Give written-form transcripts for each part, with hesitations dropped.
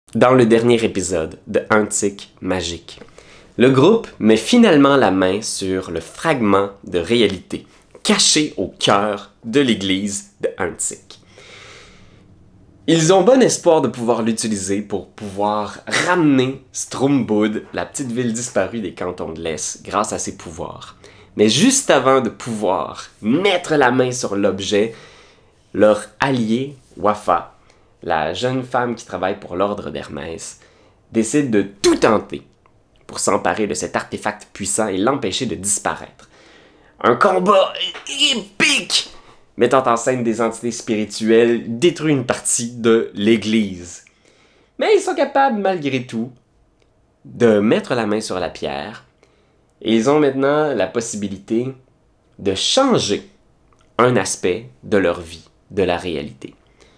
Dans le dernier épisode de Antique Magique, le groupe met finalement la main sur le fragment de réalité caché au cœur de l'église de Antique. Ils ont bon espoir de pouvoir l'utiliser pour pouvoir ramener Stromboud, la petite ville disparue des cantons de l'Est, grâce à ses pouvoirs. Mais juste avant de pouvoir mettre la main sur l'objet, leur allié, Wafa, la jeune femme qui travaille pour l'ordre d'Hermès, décide de tout tenter pour s'emparer de cet artefact puissant et l'empêcher de disparaître. Un combat épique mettant en scène des entités spirituelles détruit une partie de l'Église. Mais ils sont capables, malgré tout, de mettre la main sur la pierre et ils ont maintenant la possibilité de changer un aspect de leur vie, de la réalité.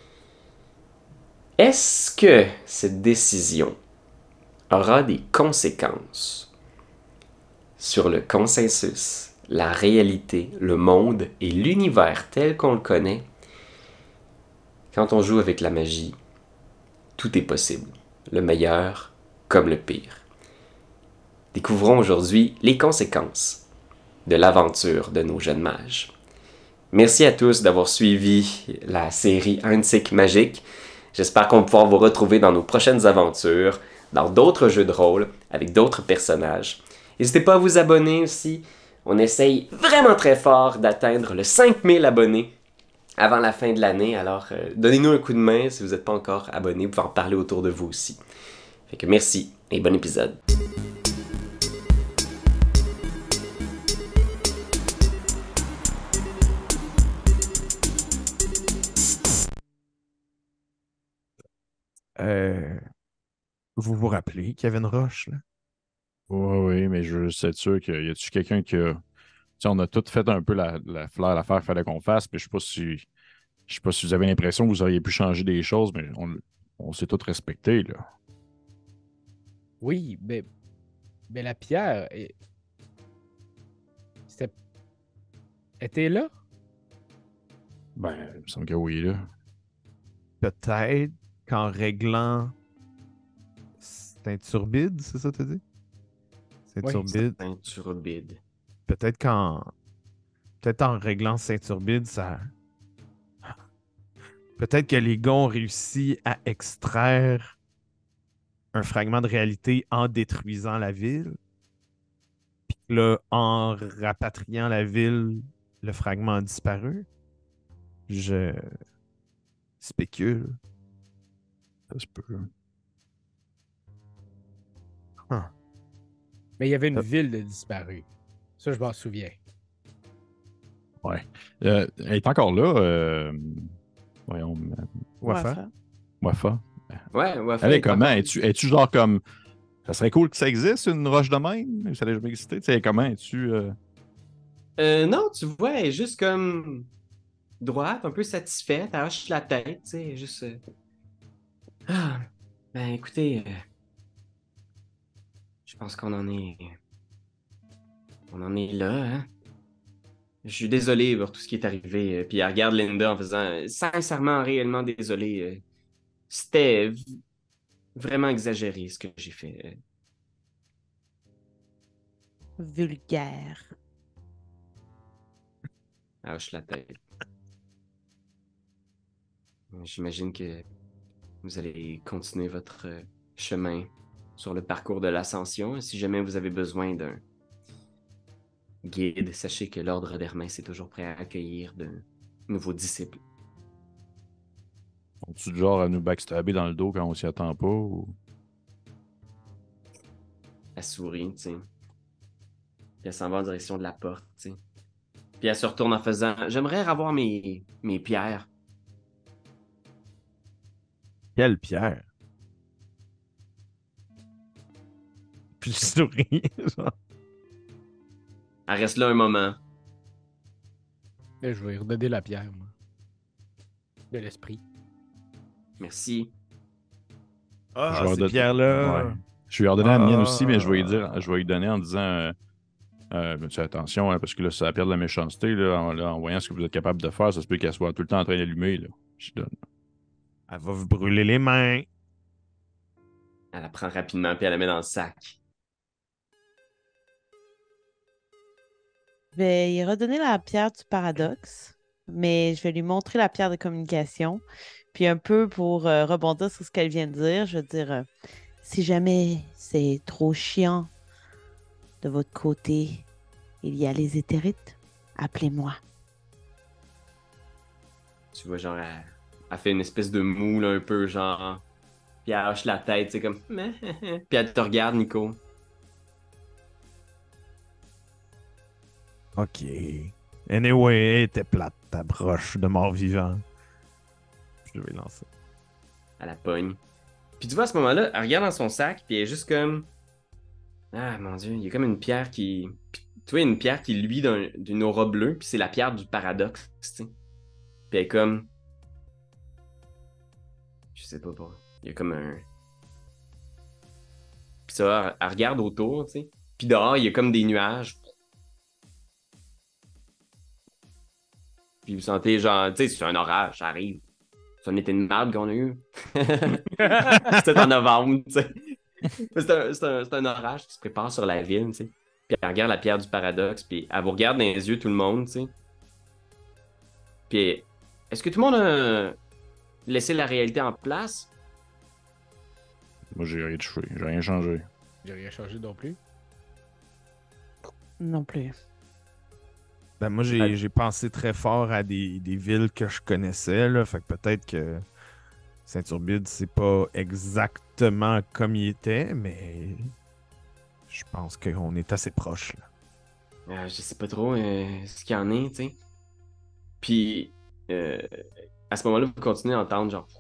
Est-ce que cette décision aura des conséquences sur le consensus, la réalité, le monde et l'univers tel qu'on le connaît? Quand on joue avec la magie, tout est possible, le meilleur comme le pire. Découvrons aujourd'hui les conséquences de l'aventure de nos jeunes mages. Merci à tous d'avoir suivi la série Antique Magique. J'espère qu'on va pouvoir vous retrouver dans nos prochaines aventures, dans d'autres jeux de rôle, avec d'autres personnages. N'hésitez pas à vous abonner aussi. On essaye vraiment très fort d'atteindre le 5000 abonnés avant la fin de l'année. Alors, donnez-nous un coup de main si vous n'êtes pas encore abonné. Vous pouvez en parler autour de vous aussi. Fait que merci et bon épisode. Euh, vous vous rappelez Kevin Roche, là? Oui, oui, mais je veux juste être sûr qu'il y a-tu quelqu'un qui a. Tu sais, on a tout fait un peu l'affaire qu'il fallait qu'on fasse, puis je sais pas si vous avez l'impression que vous auriez pu changer des choses, mais on s'est tous respectés, là. Oui, mais la pierre c'était- était là? Ben, il me semble que oui, là. Peut-être qu'en réglant Saint-Turbide, c'est ça, t'as dit? Oui. Saint-Turbide. Turbide. Peut-être qu'en peut-être en réglant Saint-Turbide, ça. Peut-être que les gars ont réussi à extraire un fragment de réalité en détruisant la ville. Puis là, en rapatriant la ville, le fragment a disparu. Je spécule. Ça se peut. Huh. Mais il y avait une Euh, ville de disparus. Ça, je m'en souviens. Ouais. Elle est encore là. Voyons, Wafa? Wafa. Ouais, Wafa Elle est est comment? encore... Es-tu genre comme. Ça serait cool que ça existe, une roche de même? Ça n'a jamais existé. Tu sais, comment? Es-tu. Non, tu vois, elle est juste comme droite, un peu satisfaite, elle hoche la tête, tu sais, juste... Ah, ben écoutez, je pense qu'on en est... On en est là, hein? Je suis désolé pour tout ce qui est arrivé. Puis elle regarde Linda en faisant sincèrement, réellement désolé. C'était vraiment exagéré ce que j'ai fait. Vulgaire. Elle hoche la tête. J'imagine que vous allez continuer votre chemin sur le parcours de l'ascension. Si jamais vous avez besoin d'un guide, sachez que l'Ordre d'Hermès est toujours prêt à accueillir de nouveaux disciples. Sont-tu du genre à nous backstabber dans le dos quand on s'y attend pas? Ou... Elle sourit, tu sais. Puis elle s'en va en direction de la porte, tu sais. Puis elle se retourne en faisant j'aimerais revoir mes pierres. Quelle pierre! Puis je souris. Genre. Elle reste là un moment. Là, je vais redonner la pierre, moi. De l'esprit. Merci. Je Ah, vais ces redonner- pierres-là! Ouais. Je vais lui redonner la mienne aussi, mais Ah. je vais lui donner en disant tu sais, attention, hein, parce que là, ça perd de la méchanceté, là, en voyant ce que vous êtes capable de faire, ça se peut qu'elle soit tout le temps en train d'allumer, là. Je donne. Elle va vous brûler les mains. Elle la prend rapidement, puis elle la met dans le sac. Je vais y redonner la pierre du paradoxe, mais je vais lui montrer la pierre de communication. Puis un peu pour rebondir sur ce qu'elle vient de dire, je veux dire, si jamais c'est trop chiant de votre côté, il y a les éthérites. Appelez-moi. Tu vois, genre, elle fait une espèce de moule un peu, genre. Puis elle hoche la tête, tu sais, comme. Puis elle te regarde, Nico. Ok. Anyway, elle était plate, ta broche de mort-vivant. Je vais lancer. Elle la pogne. Puis tu vois, à ce moment-là, elle regarde dans son sac, puis elle est juste comme. Ah, mon Dieu, il y a comme une pierre qui. Puis, tu vois, une pierre qui luit d'une aura bleue, puis c'est la pierre du paradoxe, tu sais. Puis elle est comme. Je sais pas. Il y a comme un. Puis ça, elle regarde autour, tu sais. Puis dehors, il y a comme des nuages. Puis vous sentez, genre, tu sais, c'est un orage, ça arrive. C'est un été de merde qu'on a eu. C'était en novembre, tu sais. C'est un orage qui se prépare sur la ville, tu sais. Puis elle regarde la pierre du paradoxe, puis elle vous regarde dans les yeux, tout le monde, tu sais. Puis, est-ce que tout le monde a laissé la réalité en place? Moi, j'ai rien touché. J'ai rien changé. J'ai rien changé non plus. Non plus. Ben moi, j'ai pensé très fort à des villes que je connaissais, là. Fait que peut-être que Saint-Turbide, c'est pas exactement comme il était, mais je pense qu'on est assez proche, là. Je sais pas trop ce qu'il y en est, tu sais. Puis, à ce moment-là, vous continuez à entendre, genre,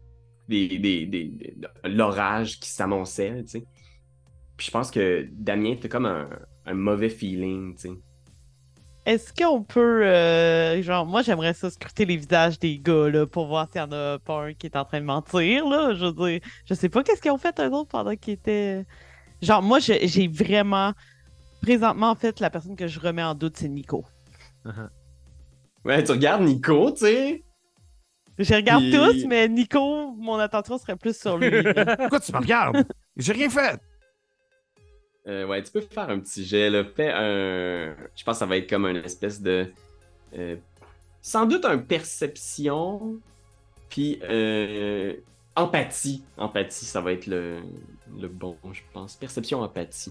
l'orage qui s'amonçait, tu sais. Puis je pense que Damien, t'as comme un mauvais feeling, tu sais. Est-ce qu'on peut, genre, moi j'aimerais ça scruter les visages des gars, là, pour voir s'il y en a pas un qui est en train de mentir, là. Je veux dire, je sais pas qu'est-ce qu'ils ont fait eux autres pendant qu'ils étaient. Genre, moi j'ai vraiment, présentement, en fait, la personne que je remets en doute, c'est Nico. Ouais, tu regardes Nico, tu sais. Je regarde Puis- tous, mais Nico, mon attention serait plus sur lui. là. Pourquoi tu me regardes? J'ai rien fait! Ouais, tu peux faire un petit jet, là. Fais un. Je pense que ça va être comme une espèce de. Sans doute un perception. Puis empathie. Empathie, ça va être le bon, je pense. Perception, empathie.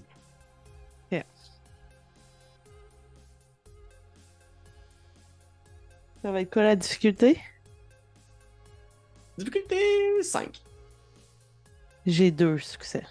Ça va être quoi la difficulté? Difficulté 5. J'ai 2 succès.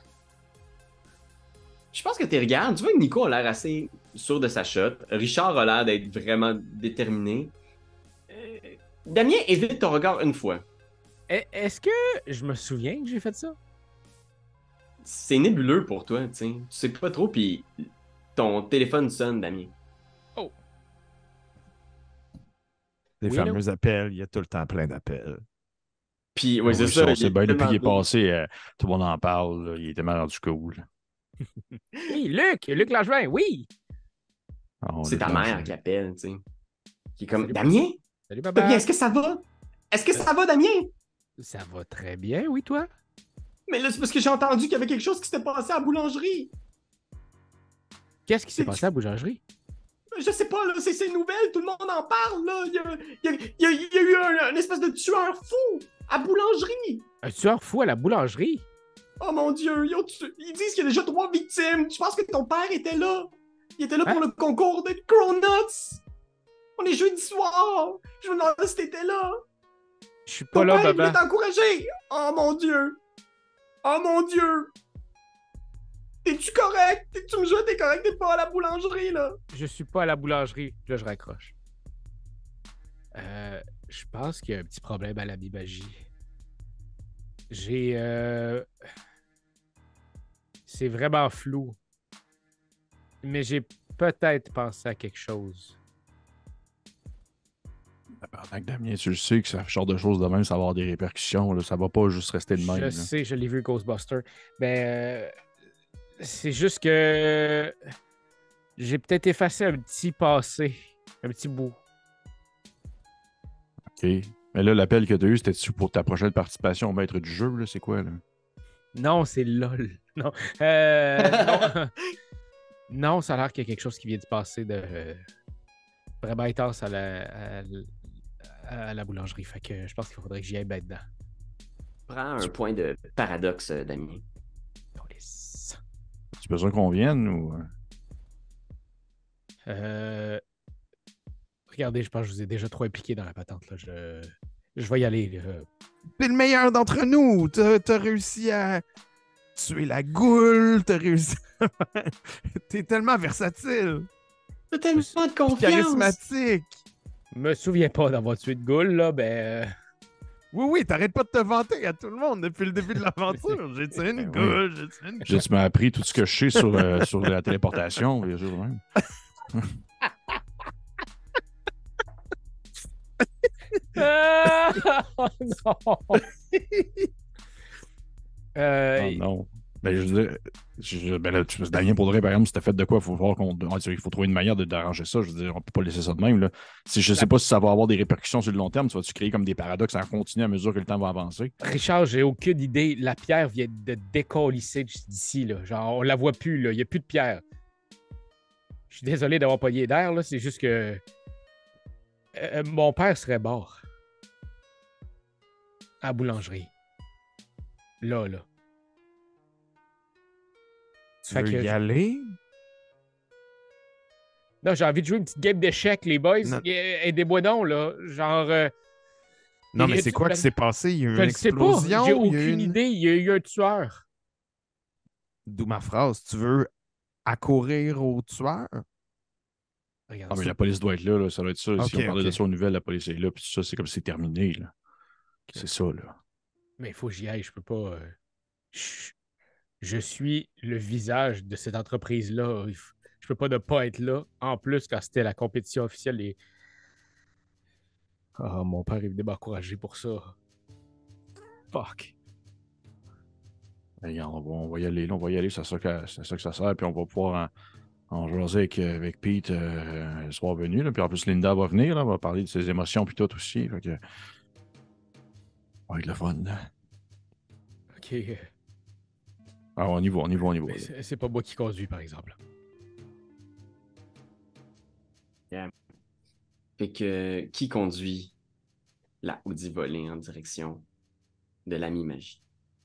Je pense que tu regardes. Tu vois que Nico a l'air assez sûr de sa shot. Richard a l'air d'être vraiment déterminé. Damien évite ton regard une fois. Est-ce que je me souviens que j'ai fait ça? C'est nébuleux pour toi, tu sais. Tu sais pas trop, puis ton téléphone sonne, Damien. Les Oui, fameux appels, il y a tout le temps plein d'appels. Puis, ouais, c'est Oui, ça. on sait bien, depuis qu'il est tellement- passé, tout le monde en parle. Là, il était mal rendu cool. Oui, Luc Langevin, oui! Ah, on C'est l'a ta planché. mère qui appelle, tu sais. Qui est comme, Salut, Damien? Salut, Damien, papa! est-ce que ça va? Est-ce que ça va, Damien? Ça va très bien, oui, toi? Mais là, c'est parce que j'ai entendu qu'il y avait quelque chose qui s'était passé à la boulangerie. Qu'est-ce qui s'est passé à la boulangerie? Je sais pas, là, c'est nouvelles, tout le monde en parle, là. Il y a eu un espèce de tueur fou à la boulangerie. Un tueur fou à la boulangerie? Oh mon Dieu, ils disent qu'il y a déjà 3 victimes. Je pense que ton père était là. Il était là pour Hein? le concours de Cronuts. On est jeudi soir. Je me demandais si t'étais là. Je suis Ton pas là, père, il voulait papa. t'encourager. Oh mon Dieu. Oh mon Dieu. T'es-tu correct? Tu me joues, t'es correct, t'es pas à la boulangerie, là. Je suis pas à la boulangerie. Là, je raccroche. Je pense qu'il y a un petit problème à la bibagie. C'est vraiment flou. Mais j'ai peut-être pensé à quelque chose. Tabarnak, Damien, tu le sais que ce genre de choses de même, ça va avoir des répercussions. Là. Ça va pas juste rester de même. Je là. sais, je l'ai vu Ghostbuster. Ben, c'est juste que j'ai peut-être effacé un petit passé, un petit bout. OK. Mais là, l'appel que tu as eu, c'était-tu pour ta prochaine participation au maître du jeu? Là? C'est quoi? Là? Non, c'est LOL. Non. Non. Non, ça a l'air qu'il y a quelque chose qui vient de passer de vraiment intense à la boulangerie. Fait que je pense qu'il faudrait que j'y aille ben dedans. Prends un point de paradoxe, Damien. Police. Tu as besoin qu'on vienne ou. Regardez, je pense que je vous ai déjà trop impliqué dans la patente. Là. Je vais y aller. Là. T'es le meilleur d'entre nous. T'as réussi à tuer la goule. T'as réussi. T'es tellement versatile. T'as tellement de Puis confiance! charismatique. Me souviens pas d'avoir tué de goule, là, ben. Oui, t'arrêtes pas de te vanter à tout le monde depuis le début de l'aventure. J'ai tué une goule, j'ai tué une goule. Tu m'as appris tout ce que je sais sur la téléportation, bien sûr, même. Oh, non! Oh non. Ben, je veux dire, ben là, Damien, pour de vrai, par exemple, si t'as fait de quoi, il faut trouver une manière d'arranger ça. Je veux dire, on peut pas laisser ça de même. Là. Je sais pas si ça va avoir des répercussions sur le long terme. Tu vas-tu créer comme des paradoxes à continuer à mesure que le temps va avancer? Richard, j'ai aucune idée. La pierre vient de décoller d'ici, là. Genre, on la voit plus, là. Il n'y a plus de pierre. Je suis désolé d'avoir pogné d'air, là. C'est juste que. Mon père serait mort. À la boulangerie. Là. Tu veux y aller? Non, j'ai envie de jouer une petite game d'échecs, les boys. Non. Aidez-moi donc, là. Genre. Non, mais c'est quoi qui s'est passé? Il y a eu Je une ne sais pas. explosion? J'ai il y a eu aucune idée. Il y a eu un tueur. D'où ma phrase. Tu veux accourir au tueur? Regarde Ah, mais ça. la police doit être là, là. Ça doit être ça. Si Ok, on parlait de ok. ça aux nouvelles, la police est là, puis ça, c'est comme si c'est terminé, là. C'est ça, là. Mais il faut que j'y aille. Je peux pas. Je suis le visage de cette entreprise-là. Je peux pas ne pas être là. En plus, quand c'était la compétition officielle, mon père est venu m'encourager pour ça. Fuck. Ben, regarde, on va y aller, là, on va y aller, c'est ça que ça sert, puis on va pouvoir en jaser avec Pete le soir venu, là, puis en plus Linda va venir, là, on va parler de ses émotions puis tout aussi, fait que... Ça va être le fun, là. OK. Ah, on y va. Mais c'est pas moi qui conduis, par exemple. Fait que qui conduit la Audi volée en direction de l'ami magie?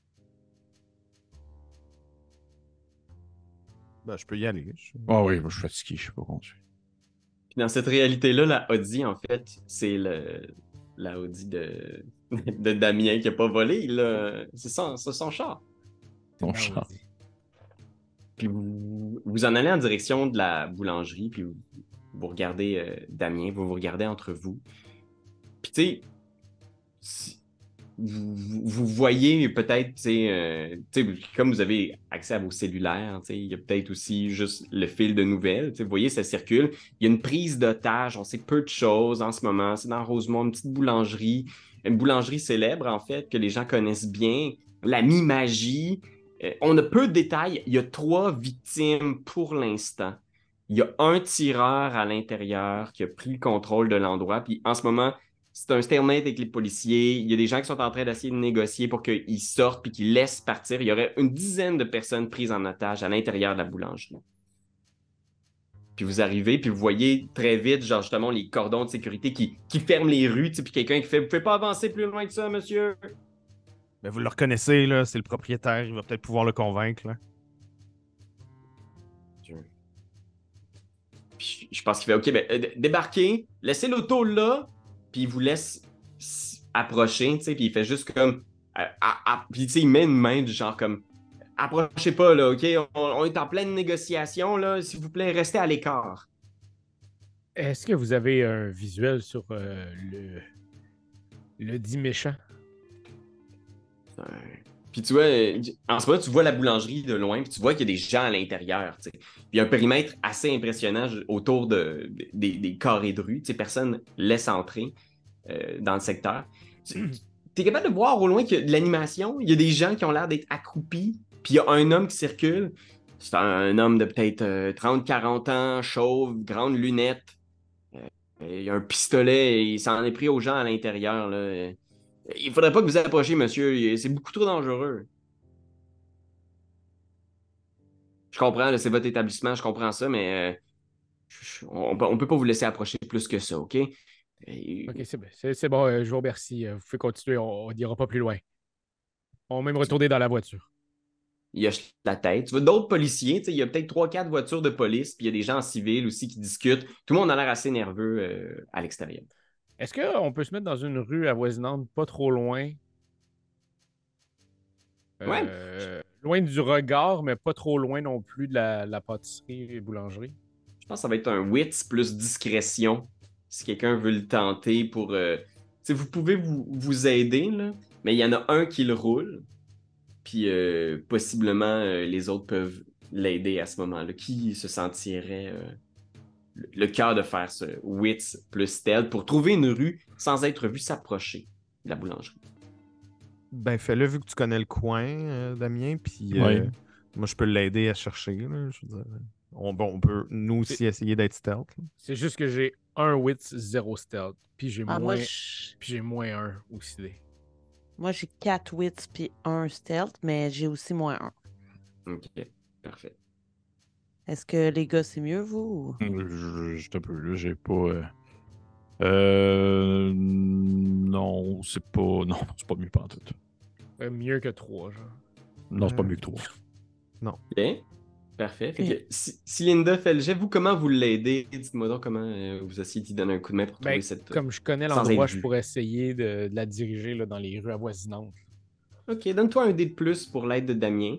Ben, je peux y aller. Ah oui, moi, je suis fatigué, je sais pas conduire. Puis dans cette réalité-là, la Audi, en fait, c'est la Audi de Damien qui a pas volé. C'est son char. Ton C'est char. Audi. Puis vous en allez en direction de la boulangerie, puis vous regardez Damien, vous regardez entre vous. Puis tu sais, vous voyez peut-être, tu sais, comme vous avez accès à vos cellulaires, tu sais, il y a peut-être aussi juste le fil de nouvelles. Tu sais, vous voyez, ça circule. Il y a une prise d'otage, on sait peu de choses en ce moment. C'est dans Rosemont, une petite boulangerie, une boulangerie célèbre, en fait, que les gens connaissent bien. L'ami Magie. On a peu de détails. Il y a 3 victimes pour l'instant. Il y a un tireur à l'intérieur qui a pris le contrôle de l'endroit. Puis en ce moment, c'est un stalemate avec les policiers. Il y a des gens qui sont en train d'essayer de négocier pour qu'ils sortent puis qu'ils laissent partir. Il y aurait une dizaine de personnes prises en otage à l'intérieur de la boulangerie. Puis vous arrivez, puis vous voyez très vite, genre justement, les cordons de sécurité qui ferment les rues, puis quelqu'un qui fait « Vous pouvez pas avancer plus loin que ça, monsieur! » Ben, vous le reconnaissez, là, c'est le propriétaire. Il va peut-être pouvoir le convaincre. Là. Puis je pense qu'il fait « OK, ben, débarquez, laissez l'auto là, puis il vous laisse approcher, tu sais, puis il fait juste comme... puis tu sais, il met une main du genre comme « Approchez pas, là, OK? On est en pleine négociation, là. S'il vous plaît, restez à l'écart. » Est-ce que vous avez un visuel sur le dit méchant? Puis tu vois, en ce moment, tu vois la boulangerie de loin, puis tu vois qu'il y a des gens à l'intérieur, tu sais. Puis il y a un périmètre assez impressionnant autour des carrés de rue, tu sais, personne laisse entrer dans le secteur. Tu es capable de voir au loin qu'il y a de l'animation, il y a des gens qui ont l'air d'être accroupis, puis il y a un homme qui circule. C'est un homme de peut-être 30-40 ans, chauve, grandes lunettes. Il y a un pistolet, et il s'en est pris aux gens à l'intérieur, là. Il faudrait pas que vous approchiez, monsieur. C'est beaucoup trop dangereux. comprends, là, c'est votre établissement, je comprends ça, mais on peut pas vous laisser approcher plus que ça, OK? Ok, c'est bon, je vous remercie. Vous pouvez continuer, on n'ira pas plus loin. On va même retourner dans la voiture. Il hoche la tête. Tu vois d'autres policiers, tu sais, il y a peut-être 3-4 voitures de police, puis il y a des gens en civil aussi qui discutent. Tout le monde a l'air assez nerveux à l'extérieur. Est-ce qu'on peut se mettre dans une rue avoisinante pas trop loin? Ouais. Loin du regard, mais pas trop loin non plus de la pâtisserie et boulangerie. Je pense que ça va être un wits plus discrétion, si quelqu'un veut le tenter pour... tu sais, vous pouvez vous aider, là, mais il y en a un qui le roule, puis possiblement les autres peuvent l'aider à ce moment-là. Qui se sentirait le cœur de faire ce wits plus stealth pour trouver une rue sans être vu s'approcher de la boulangerie? Ben, fais-le vu que tu connais le coin, Damien, puis Ouais. moi, je peux l'aider à chercher. Là, je veux dire. On peut, nous aussi, essayer d'être stealth. Là. C'est juste que j'ai un wits, 0 stealth. Puis j'ai Ah, moins, puis j'ai moins 1 aussi. moi, j'ai 4 wits puis 1 stealth, mais j'ai aussi moins 1. Ok, parfait. Est-ce que les gars, c'est mieux, vous? Je te peux, là, j'ai pas. Non, c'est pas. Non, c'est pas mieux pantoute. Mieux que 3, genre. Non, c'est pas mieux que toi. Ok, parfait. Fait que si Linda fait le jet, vous, comment vous l'aidez? Dites-moi donc comment vous essayez d'y donner un coup de main pour trouver Ben, cette... comme je connais sans l'endroit, être je vu. pourrais essayer de la diriger là, dans les rues avoisinantes. Ok, donne-toi un dé de plus pour l'aide de Damien.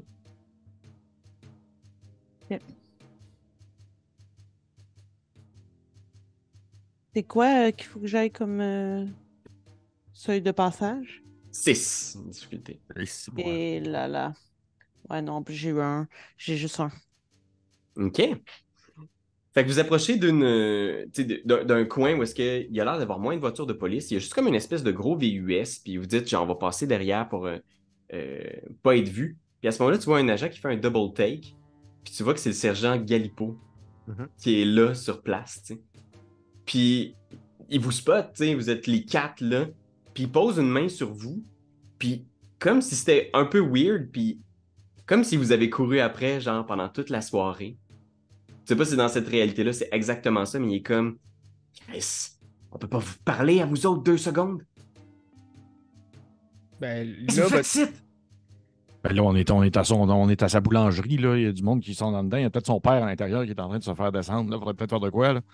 C'est quoi qu'il faut que j'aille comme seuil de passage? 6, difficulté. Et là là. Ouais, non, puis j'ai eu un. J'ai juste un. OK. Fait que vous approchez tu sais, d'un coin où est-ce qu'il y a l'air d'avoir moins de voitures de police. Il y a juste comme une espèce de gros VUS, puis vous dites, genre, on va passer derrière pour pas être vu. Puis à ce moment-là, tu vois un agent qui fait un double take, puis tu vois que c'est le sergent Galipo qui est là sur place, tu sais. Puis il vous spot, tu sais, vous êtes les 4 là, puis il pose une main sur vous, puis comme si c'était un peu weird, puis comme si vous avez couru après, genre, pendant toute la soirée. Je sais pas si dans cette réalité-là, c'est exactement ça, mais il est comme... Chris, on peut pas vous parler à vous autres 2 secondes? Ben, Qu'est-ce que là, vous faites ici? Ben là, on est à sa boulangerie, là. Il y a du monde qui sont dans dedans. Il y a peut-être son père à l'intérieur qui est en train de se faire descendre. Là, faudrait peut-être faire de quoi, là.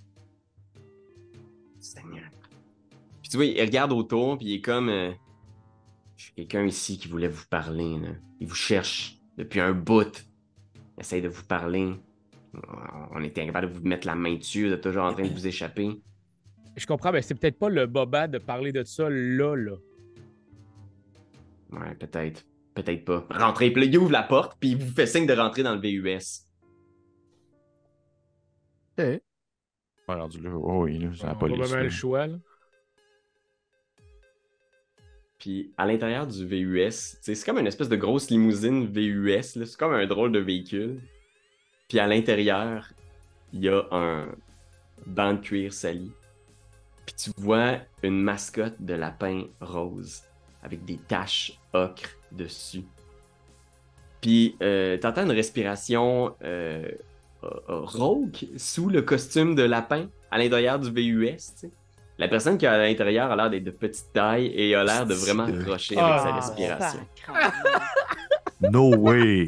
Seigneur. Puis tu vois, il regarde autour, puis il est comme... Je suis quelqu'un ici qui voulait vous parler, là. Il vous cherche depuis un bout. Il essaye de vous parler. On était incapable de vous mettre la main dessus, de toujours en train de vous échapper. je comprends, mais c'est peut-être pas le boba de parler de ça là. Ouais, peut-être. Peut-être pas. Rentrez, puis là, il ouvre la porte, puis il vous fait signe de rentrer dans le VUS. OK. Ouais, rendu là. Oh oui, là, c'est la On va police. vraiment là. le choix, là. Puis à l'intérieur du VUS, tu sais, c'est comme une espèce de grosse limousine VUS, là. C'est comme un drôle de véhicule. Puis à l'intérieur, il y a un banc de cuir sali. Puis tu vois une mascotte de lapin rose avec des taches ocre dessus. Puis t'entends une respiration rauque sous le costume de lapin à l'intérieur du VUS, tu sais. La personne qui est à l'intérieur a l'air d'être de petite taille et a l'air de vraiment accrocher avec sa respiration. No way!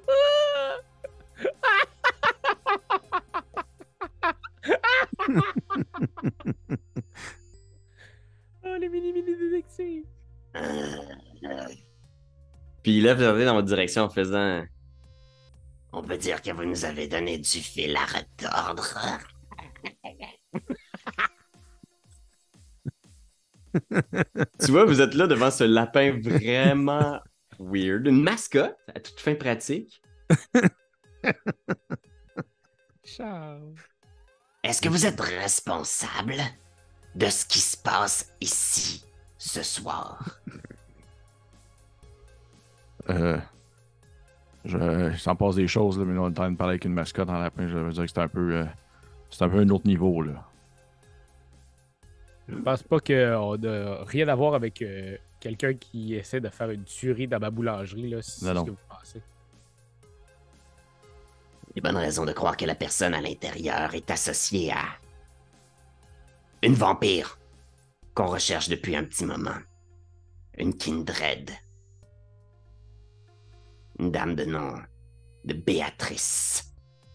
Oh, les mini détectives! Puis il lève le nez dans votre direction en faisant... On peut dire que vous nous avez donné du fil à retordre. Tu vois, vous êtes là devant ce lapin vraiment weird. Une mascotte à toute fin pratique. Charles. Est-ce que vous êtes responsable de ce qui se passe ici ce soir? Il s'en passe des choses, là, mais là, on est en train de parler avec une mascotte en lapin. Je veux dire que c'est un peu un autre niveau, là. Je pense pas qu'on a rien à voir avec quelqu'un qui essaie de faire une tuerie dans ma boulangerie, là, si c'est Non, ce non. que vous pensez. Des bonnes raisons de croire que la personne à l'intérieur est associée à une vampire qu'on recherche depuis un petit moment. Une Kindred. Une dame de nom de Béatrice.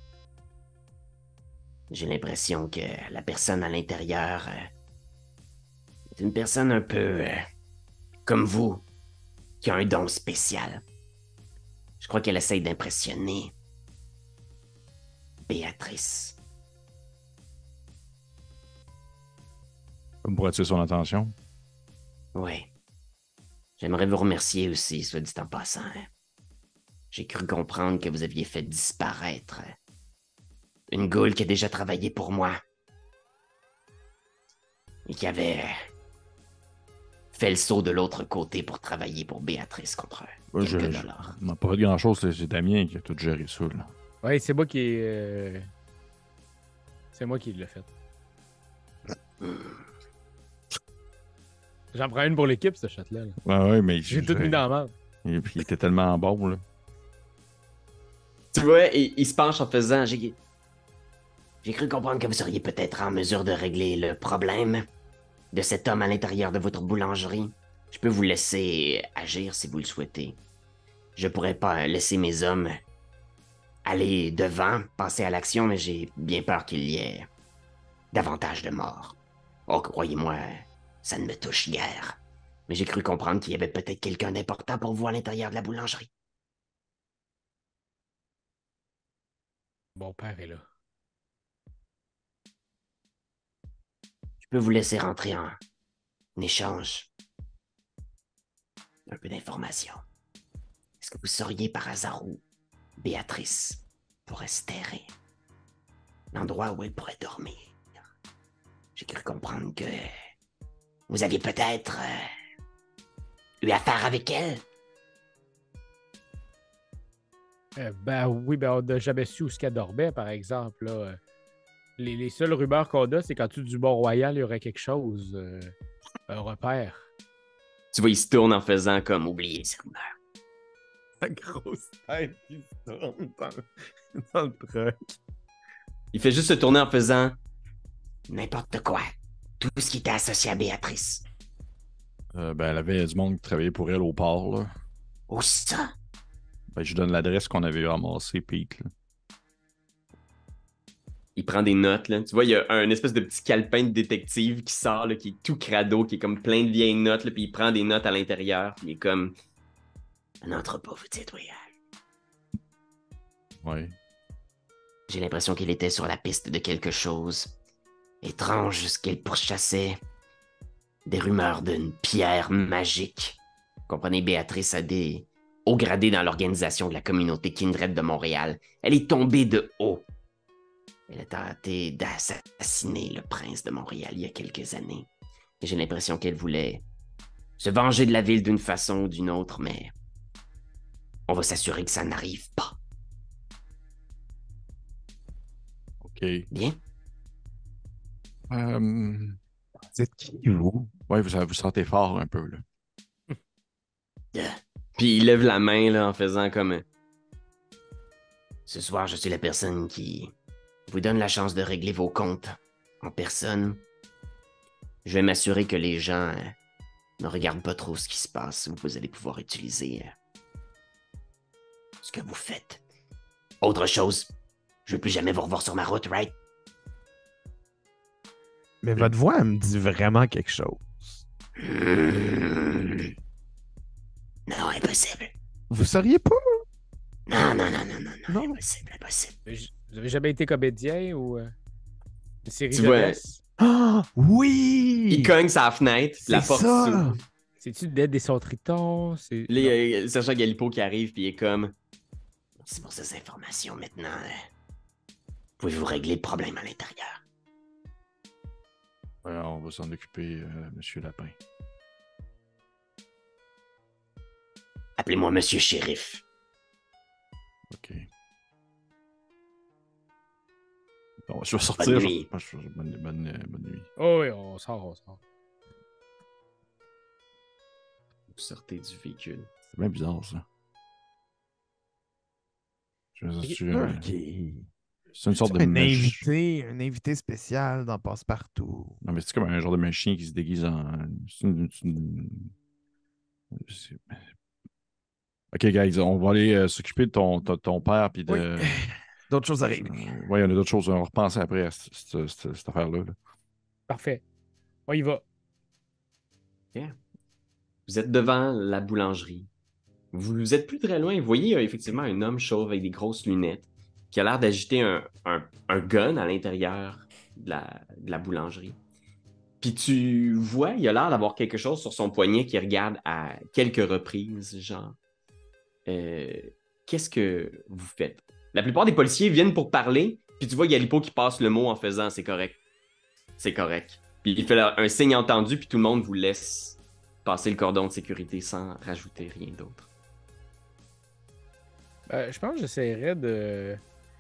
J'ai l'impression que la personne à l'intérieur est une personne un peu comme vous, qui a un don spécial. Je crois qu'elle essaye d'impressionner Béatrice. Comme pour attirer son attention. Oui. J'aimerais vous remercier aussi, soit dit en passant. J'ai cru comprendre que vous aviez fait disparaître une goule qui a déjà travaillé pour moi. Et qui avait fait le saut de l'autre côté pour travailler pour Béatrice contre quelques dollars. On n'a pas fait grand-chose, c'est Damien qui a tout géré ça. Là. Ouais, c'est moi qui c'est moi qui l'ai fait. J'en prends une pour l'équipe, ce shot-là. Là. Ouais, mais J'ai tout mis dans la main. Et puis il était tellement bon, là. Tu vois, il se penche en faisant... J'ai cru comprendre que vous seriez peut-être en mesure de régler le problème de cet homme à l'intérieur de votre boulangerie. Je peux vous laisser agir si vous le souhaitez. Je pourrais pas laisser mes hommes aller devant, passer à l'action, mais j'ai bien peur qu'il y ait davantage de morts. Oh, croyez-moi, ça ne me touche guère. Mais j'ai cru comprendre qu'il y avait peut-être quelqu'un d'important pour vous à l'intérieur de la boulangerie. Mon père est là. Je peux vous laisser rentrer en échange un peu d'informations. Est-ce que vous sauriez par hasard où Béatrice pourrait se terrer? L'endroit où elle pourrait dormir? J'ai cru comprendre que vous aviez peut-être eu affaire avec elle. Ben oui, ben on n'a jamais su où ce qu'elle dormait, par exemple. Là. Les seules rumeurs qu'on a, c'est qu'en dessous du Mont-Royal, il y aurait quelque chose. Un repère. Tu vois, il se tourne en faisant comme... Oubliez ces rumeurs. La grosse tête qui se tourne dans le truck. Il fait juste se tourner en faisant... N'importe quoi. Tout ce qui était associé à Béatrice. Ben, elle avait du monde qui travaillait pour elle au port, là. Où ça? Ben, je donne l'adresse qu'on avait ramassée, Pete, là. Il prend des notes, là. Tu vois, il y a un espèce de petit calepin de détective qui sort, là, qui est tout crado, qui est comme plein de vieilles notes, là, puis il prend des notes à l'intérieur, puis il est comme... Un entrepôt, vous dites, oui. Ouais. J'ai l'impression qu'il était sur la piste de quelque chose. Étrange ce qu'il pourchassait. Des rumeurs d'une pierre magique. Comprenez, Béatrice a des hauts gradés dans l'organisation de la communauté Kindred de Montréal. Elle est tombée de haut. Elle a tenté d'assassiner le prince de Montréal il y a quelques années. Et j'ai l'impression qu'elle voulait se venger de la ville d'une façon ou d'une autre, mais on va s'assurer que ça n'arrive pas. OK. Bien? Vous êtes qui, vous? Ouais, vous sentez fort un peu, là. Puis il lève la main, là, en faisant comme... Ce soir, je suis la personne qui vous donne la chance de régler vos comptes en personne. Je vais m'assurer que les gens ne regardent pas trop ce qui se passe. Vous allez pouvoir utiliser ce que vous faites. Autre chose, je ne veux plus jamais vous revoir sur ma route, right? Mais votre voix, elle me dit vraiment quelque chose. Non, impossible. Vous sauriez pas? Non, Non. impossible. Vous avez jamais été comédien ou une série Tu vois, jeunesse? Ah, oui! il cogne sa fenêtre, puis la C'est porte ça! s'ouvre. C'est-tu Dead des son Triton? Puis là, il y a le sergent Galipo qui arrive, puis il est comme... Merci pour ces informations. Maintenant, pouvez-vous régler le problème à l'intérieur? Ouais, on va s'en occuper, Monsieur Lapin. Appelez-moi Monsieur Shérif. OK. Bon, je vais sortir. Bonne nuit. Bonne nuit. Oh oui, on sort. Vous sortez du véhicule. C'est bien bizarre, ça. C'est une sorte de un invité spécial dans Passe-Partout. Non, mais c'est comme un genre de machin qui se déguise en. Ok, guys, on va aller s'occuper de ton père puis de. Oui. D'autres choses arrivent. Oui, il y en a d'autres choses. On va repenser après à cette affaire-là. Parfait. On y va. Vous êtes devant la boulangerie. Vous êtes plus très loin. Vous voyez effectivement un homme chauve avec des grosses lunettes qui a l'air d'agiter un gun à l'intérieur de la boulangerie. Puis tu vois, il a l'air d'avoir quelque chose sur son poignet qui regarde à quelques reprises, genre. Qu'est-ce que vous faites? La plupart des policiers viennent pour parler, puis tu vois Galipo qui passe le mot en faisant « c'est correct ». C'est correct. Puis il fait un signe entendu, puis tout le monde vous laisse passer le cordon de sécurité sans rajouter rien d'autre. Je pense que j'essaierais de...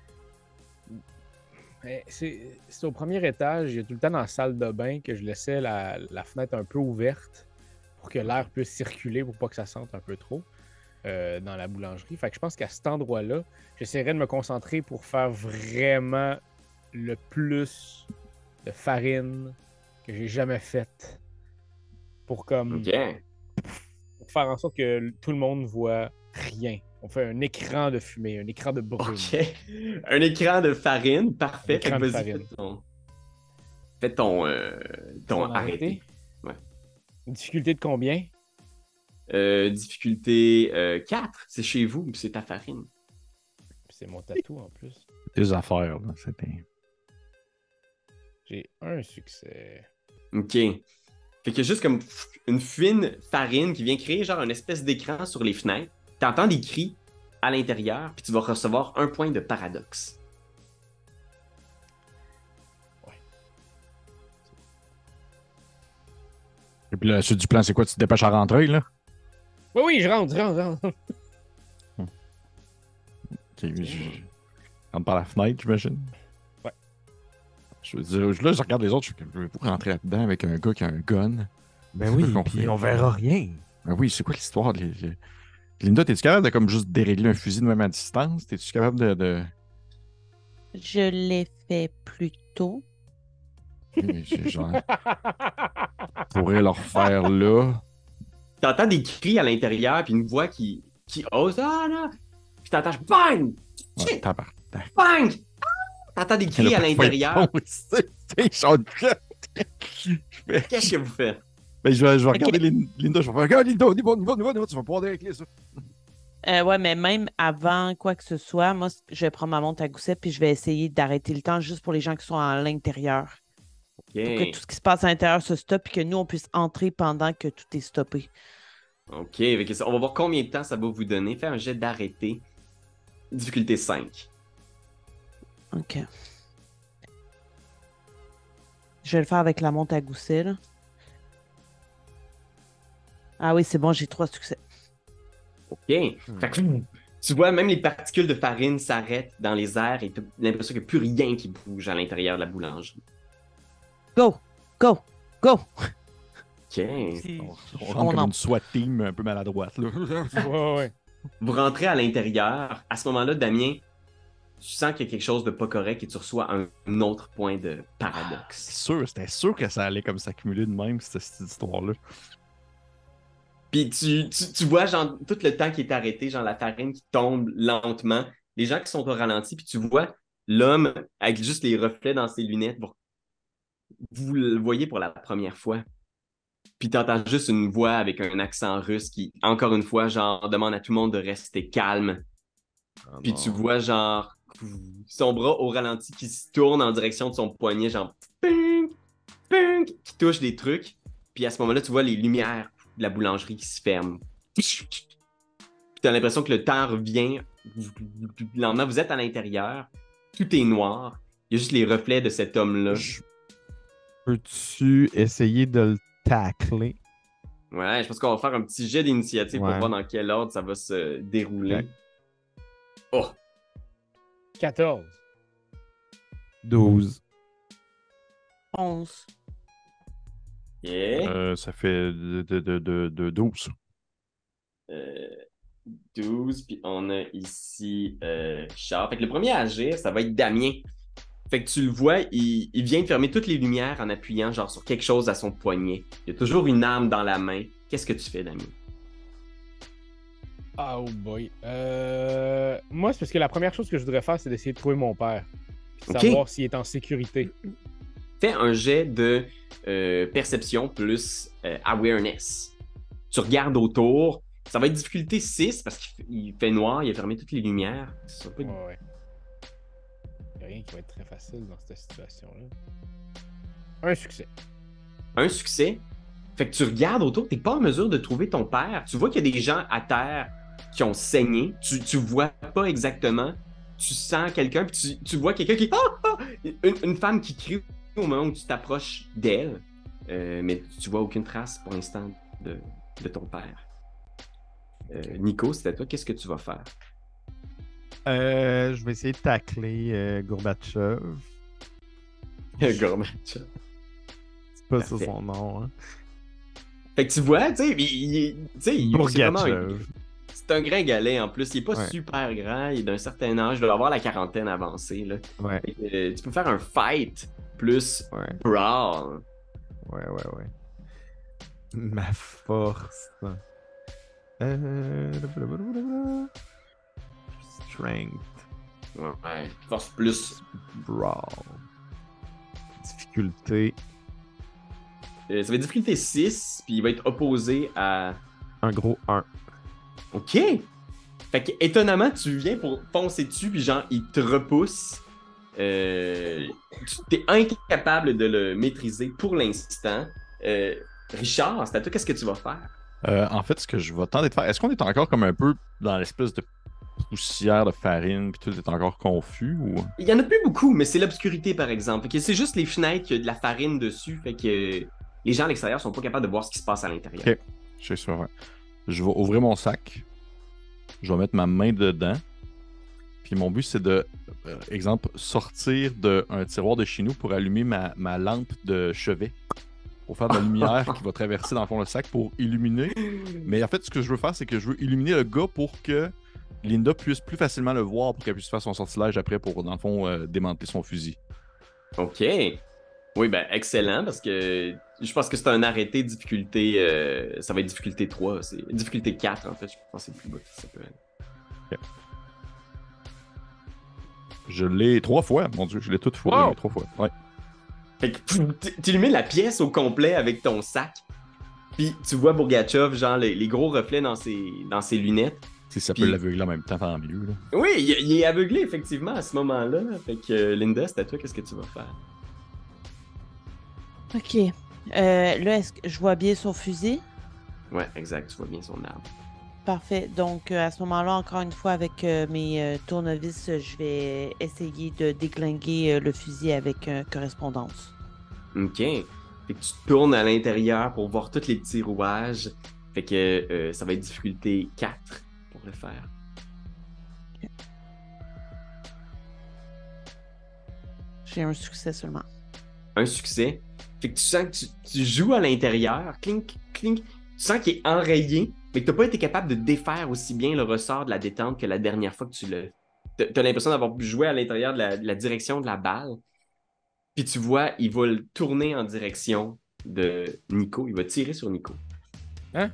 C'est au premier étage, il y a tout le temps dans la salle de bain que je laissais la fenêtre un peu ouverte pour que l'air puisse circuler, pour pas que ça sente un peu trop dans la boulangerie. Fait que je pense qu'à cet endroit-là, j'essaierais de me concentrer pour faire vraiment le plus de farine que j'ai jamais faite. Pour comme... OK. Pour faire en sorte que tout le monde voit rien. On fait un écran de fumée, un écran de brume. OK. Un écran de farine, parfait. Écran de vas-y, farine. fais ton arrêté. Ouais. Difficulté de combien? Difficulté 4. C'est chez vous, c'est ta farine. C'est mon tatou en plus. Tes affaires, là. C'était. J'ai un succès. OK. Fait qu'il y a juste comme une fine farine qui vient créer genre une espèce d'écran sur les fenêtres. T'entends des cris à l'intérieur, puis tu vas recevoir un point de paradoxe. Et puis la suite du plan, c'est quoi? Tu te dépêches à rentrer, là? Oui, je rentre. Ok, je rentre par la fenêtre, j'imagine. Ouais. Je veux dire, là, je regarde les autres, je veux pas rentrer là-dedans avec un gars qui a un gun. Ben oui, puis on verra rien. Ben oui, c'est quoi l'histoire? Linda, t'es-tu capable de comme juste dérégler un fusil de même à distance? T'es-tu capable de... Je l'ai fait plus tôt. Genre, pourrais leur faire là. T'entends des cris à l'intérieur, puis une voix qui ose. Ah là! Puis t'entends bang! Ouais, tabarnak. Bang! Ah! T'entends des cris à l'intérieur. Qu'est-ce que vous faites? Ben, je vais regarder Linda, je vais faire regarde Linda, on y va, tu vas pouvoir avec ça. Ouais, mais même avant quoi que ce soit, moi, je vais prendre ma montre à gousset puis je vais essayer d'arrêter le temps juste pour les gens qui sont à l'intérieur. OK. Pour que tout ce qui se passe à l'intérieur se stoppe et que nous, on puisse entrer pendant que tout est stoppé. OK. On va voir combien de temps ça va vous donner. Fais un jet d'arrêté. Difficulté 5. OK. Je vais le faire avec la montre à gousset, là. Ah oui, c'est bon, j'ai 3 succès. OK. Fait que, tu vois, même les particules de farine s'arrêtent dans les airs et tu as l'impression qu'il n'y a plus rien qui bouge à l'intérieur de la boulangerie. Go! Go! Go! OK. On rentre comme une SWAT team un peu maladroite, là. Ouais. Vous rentrez à l'intérieur. À ce moment-là, Damien, tu sens qu'il y a quelque chose de pas correct et tu reçois un autre point de paradoxe. C'était sûr que ça allait comme s'accumuler de même, cette histoire-là. Puis tu vois, genre, tout le temps qui est arrêté, genre la farine qui tombe lentement, les gens qui sont au ralenti, puis tu vois l'homme avec juste les reflets dans ses lunettes. Vous le voyez pour la première fois. Puis t'entends juste une voix avec un accent russe qui, encore une fois, genre, demande à tout le monde de rester calme. Puis tu vois, genre, son bras au ralenti qui se tourne en direction de son poignet, genre, ping, ping, qui touche des trucs. Puis à ce moment-là, tu vois les lumières de la boulangerie qui se ferment. Puis t'as l'impression que le temps revient. Lentement, vous êtes à l'intérieur. Tout est noir. Il y a juste les reflets de cet homme-là. Peux-tu essayer de le tacler? Ouais, je pense qu'on va faire un petit jet d'initiative pour Ouais. voir dans quel ordre ça va se dérouler. Ouais. Oh! 14. 12. 11. Yeah! Ça fait de 12. 12, puis on a ici Richard. Fait que le premier à agir, ça va être Damien. Fait que tu le vois, il vient de fermer toutes les lumières en appuyant genre sur quelque chose à son poignet. Il y a toujours une arme dans la main. Qu'est-ce que tu fais, Damien? Oh boy. Moi, c'est parce que la première chose que je voudrais faire, c'est d'essayer de trouver mon père. Puis Ok. savoir s'il est en sécurité. Fais un jet de perception plus awareness. Tu regardes autour. Ça va être difficulté 6 parce qu'il fait noir, il a fermé toutes les lumières. Ça va pas être- Ouais. Il n'y a rien qui va être très facile dans cette situation-là. Un succès. Un succès. Fait que tu regardes autour, t'es pas en mesure de trouver ton père. Tu vois qu'il y a des gens à terre qui ont saigné. Tu vois pas exactement. Tu sens quelqu'un, puis tu vois quelqu'un qui... Une femme qui crie au moment où tu t'approches d'elle. Mais tu vois aucune trace pour l'instant de ton père. Nico, c'est à toi. Qu'est-ce que tu vas faire? Je vais essayer de tacler Gorbatchev. Gorbatchev. C'est pas Parfait. ça son nom. Hein. Fait que tu vois, tu sais, c'est vraiment Bourgachev. c'est un gringalet en plus. Il est pas Ouais. super grand. Il est d'un certain âge. Il doit avoir la quarantaine avancée. Là. Ouais, Fait que, tu peux faire un fight plus ouais, brawl. ouais. Ma force. Blablabla. Strength. Ouais. Force plus. Brawl. Difficulté. Ça va être difficulté 6, puis il va être opposé à. Un gros 1. OK! Fait que, étonnamment, tu viens pour foncer dessus, puis genre, il te repousse. Tu t'es incapable de le maîtriser pour l'instant. Richard, c'est à toi, qu'est-ce que tu vas faire? En fait, ce que je vais tenter de faire, est-ce qu'on est encore comme un peu dans l'espèce de poussière de farine, puis tout est encore confus ou. Il y en a plus beaucoup, mais c'est l'obscurité, par exemple. Fait que c'est juste les fenêtres, il y a de la farine dessus, fait que les gens à l'extérieur sont pas capables de voir ce qui se passe à l'intérieur. Ok. Je suis sûr. Ouais. Je vais ouvrir mon sac. Je vais mettre ma main dedans. Puis mon but, c'est de, exemple, sortir d'un tiroir de chez nous pour allumer ma lampe de chevet. Pour faire de la lumière qui va traverser dans le fond le sac pour illuminer. Mais en fait, ce que je veux faire, c'est que je veux illuminer le gars pour que Linda puisse plus facilement le voir pour qu'elle puisse faire son sortilège après pour, dans le fond, démanteler son fusil. OK. Oui, ben excellent, parce que je pense que c'est un arrêté difficulté. Ça va être difficulté 3. C'est difficulté 4, en fait. Je pense que c'est le plus bas que ça peut être. Je l'ai 3 fois, mon Dieu, je l'ai toute fois. Wow! 3 fois. Ouais. Fait que tu illumines la pièce au complet avec ton sac. Puis tu vois Bourgachev, genre les gros reflets dans ses lunettes. Si ça Puis- peut l'aveugler en même temps, tant mieux. Là. Oui, il est aveuglé, effectivement, à ce moment-là. Fait que Linda, c'est à toi, qu'est-ce que tu vas faire? OK. Là, est-ce que je vois bien son fusil? Ouais, exact, tu vois bien son arme. Parfait. Donc, à ce moment-là, encore une fois, avec mes tournevis, je vais essayer de déglinguer le fusil avec correspondance. OK. Fait que tu tournes à l'intérieur pour voir tous les petits rouages. Fait que ça va être difficulté 4 pour le faire. J'ai un succès seulement. Un succès. Fait que tu sens que tu joues à l'intérieur. Clink, clink. Tu sens qu'il est enrayé, mais que tu n'as pas été capable de défaire aussi bien le ressort de la détente que la dernière fois que tu l'as. Tu as l'impression d'avoir pu jouer à l'intérieur de la direction de la balle. Puis tu vois, il va le tourner en direction de Nico. Il va tirer sur Nico. Hein?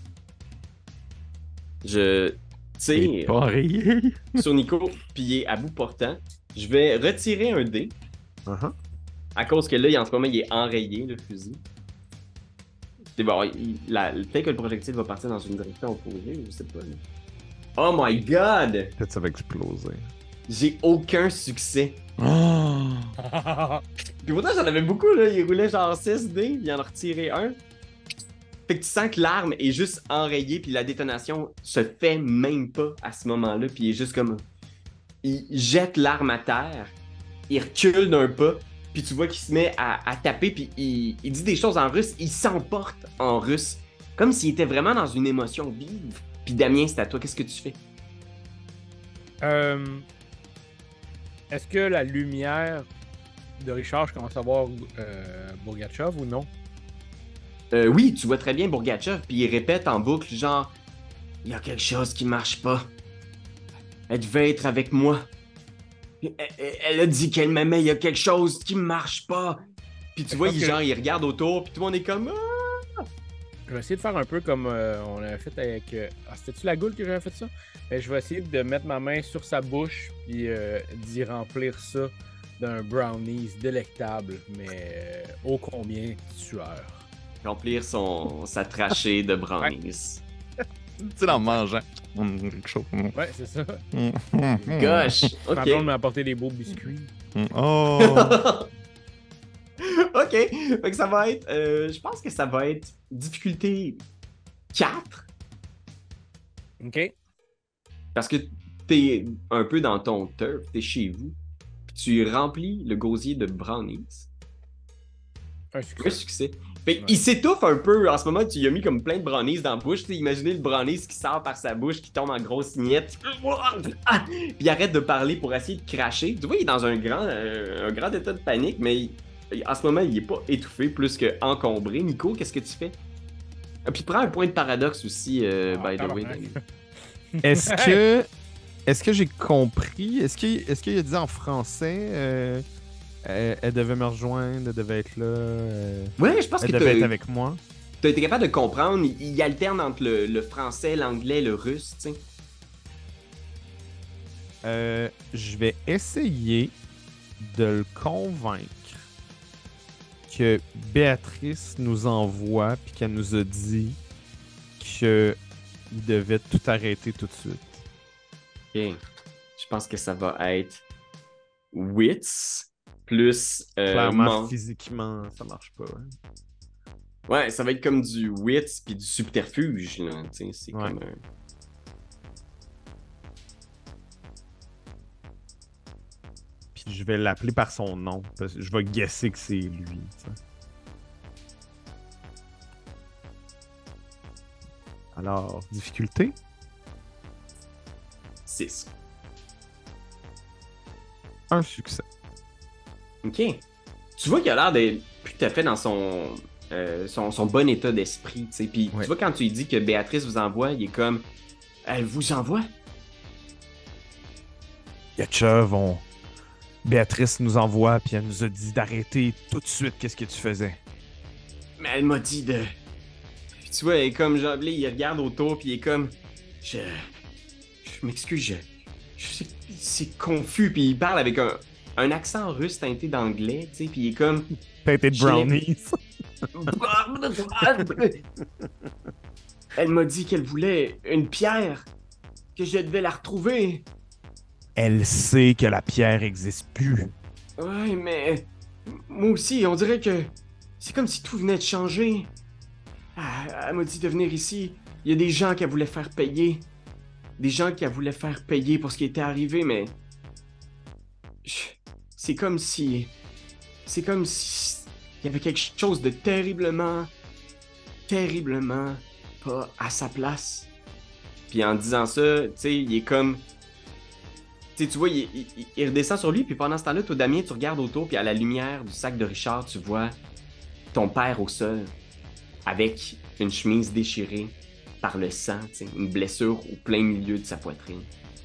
Je Il est tire pas enrayé. sur Nico, puis il est à bout portant. Je vais retirer un dé, Uh-huh. à cause que là, en ce moment, il est enrayé, le fusil. C'est bon, peut-être que le projectile va partir dans une direction opposée, je sais pas. là. Oh my god! Peut-être que ça va exploser. J'ai aucun succès. Oh! Puis pourtant, j'en avais beaucoup, là. Il roulait genre 6 dés, il en a retiré un. Fait que tu sens que l'arme est juste enrayée, puis la détonation se fait même pas à ce moment-là, puis il est juste comme... Il jette l'arme à terre, il recule d'un pas, puis tu vois qu'il se met à taper, puis il dit des choses en russe, il s'emporte en russe, comme s'il était vraiment dans une émotion vive. Puis Damien, c'est à toi, qu'est-ce que tu fais? Est-ce que la lumière de Richard, je commence à voir Bourgachev ou non? Oui, tu vois très bien Bourgachev, puis il répète en boucle, genre Il y a quelque chose qui marche pas. Elle devait être avec moi. Elle a dit qu'elle m'aimait, il y a quelque chose qui marche pas. Puis tu vois, il regarde autour, puis tout le monde est comme... Ah! Je vais essayer de faire un peu comme on avait fait avec... c'était-tu la goule que j'avais fait ça? Je vais essayer de mettre ma main sur sa bouche, puis d'y remplir ça d'un brownies délectable, mais ô combien tueur. Remplir sa trachée de brownies. Tu sais, en mangeant. Quelque chose. Ouais, c'est ça. Gosh! Ma Ok. blonde m'a apporté des beaux biscuits. Oh! Ok. Fait que ça va être... je pense que ça va être difficulté 4. OK? Parce que t'es un peu dans ton turf, t'es chez vous. Puis tu remplis le gosier de brownies. Un succès. Un succès. Fait qu'il s'étouffe un peu. En ce moment, tu lui as mis comme plein de brownies dans la bouche. T'sais, imaginez le brownies qui sort par sa bouche, qui tombe en grosse miette. Puis il arrête de parler pour essayer de cracher. Tu vois, il est dans un grand état de panique, mais en ce moment, il est pas étouffé plus que encombré. Nico, qu'est-ce que tu fais? Ah, puis prends un point de paradoxe aussi, by the way. Est-ce que j'ai compris? Est-ce qu'il a dit en français elle devait me rejoindre, elle devait être là, Ouais, je pense elle que devait être avec moi? t'as été capable de comprendre. Il alterne entre le français, l'anglais, le russe, tu sais. Je vais essayer de le convaincre que Béatrice nous envoie puis qu'elle nous a dit qu'il devait tout arrêter tout de suite. Ok. Je pense que ça va être wits plus Clairement, physiquement, ça marche pas. Ouais. Ouais, ça va être comme du wits puis du subterfuge, là. Tu sais, c'est Ouais. comme un... Puis je vais l'appeler par son nom. Parce que je vais guesser que c'est lui. T'sais. Alors, difficulté? 6. Un succès. Ok. Tu vois qu'il a l'air d'être tout à fait dans son bon état d'esprit, tu sais. Puis Ouais. tu vois, quand tu lui dis que Béatrice vous envoie, il est comme... Elle vous envoie? Yatchev, Béatrice nous envoie, puis elle nous a dit d'arrêter tout de suite. Qu'est-ce que tu faisais? Mais elle m'a dit de... Tu vois, il est comme genre, là, il regarde autour, puis il est comme... Je m'excuse, c'est confus, puis il parle avec un accent russe teinté d'anglais, tu sais, puis il est comme... Teinté de brownies. Elle m'a dit qu'elle voulait une pierre, que je devais la retrouver. Elle sait que la pierre existe plus. Ouais, mais moi aussi, on dirait que c'est comme si tout venait de changer. Elle m'a dit de venir ici. Il y a des gens qu'elle voulait faire payer. Des gens qu'elle voulait faire payer pour ce qui était arrivé, mais... C'est comme si... C'est comme si... Il y avait quelque chose de terriblement pas à sa place. Puis en disant ça, tu sais, il est comme... Tu vois, il redescend sur lui, puis pendant ce temps-là, toi, Damien, tu regardes autour, puis à la lumière du sac de Richard, tu vois ton père au sol, avec une chemise déchirée par le sang, tu sais, une blessure au plein milieu de sa poitrine.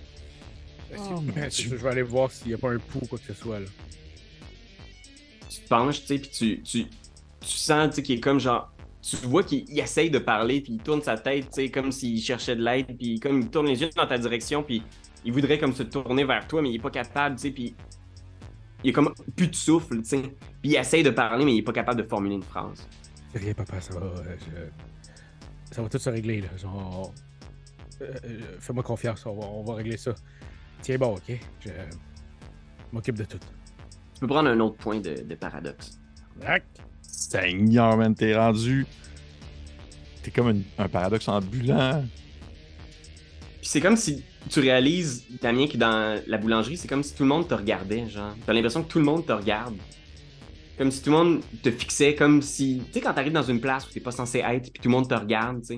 Je vais aller voir s'il n'y a pas un pouls ou quoi que ce soit, là. Tu te penches, tu sais, puis tu sens, tu sais, qu'il est comme genre... Tu vois qu'il essaye de parler, puis il tourne sa tête, tu sais, comme s'il cherchait de l'aide, puis comme il tourne les yeux dans ta direction, puis il voudrait comme se tourner vers toi, mais il est pas capable, tu sais, puis il a comme plus de souffle, tu sais. Puis il essaye de parler, mais il est pas capable de formuler une phrase. C'est rien, papa, ça va. Ça va tout se régler, là. Genre, fais-moi confiance, on va régler ça. Tiens bon, ok? Je m'occupe de tout. Tu peux prendre un autre point de paradoxe. Seigneur, man, t'es rendu. T'es comme un paradoxe ambulant. Puis c'est comme si tu réalises, Damien, que dans la boulangerie, c'est comme si tout le monde te regardait, genre. T'as l'impression que tout le monde te regarde. Comme si tout le monde te fixait, comme si... Tu sais, quand t'arrives dans une place où t'es pas censé être, puis tout le monde te regarde, tu sais.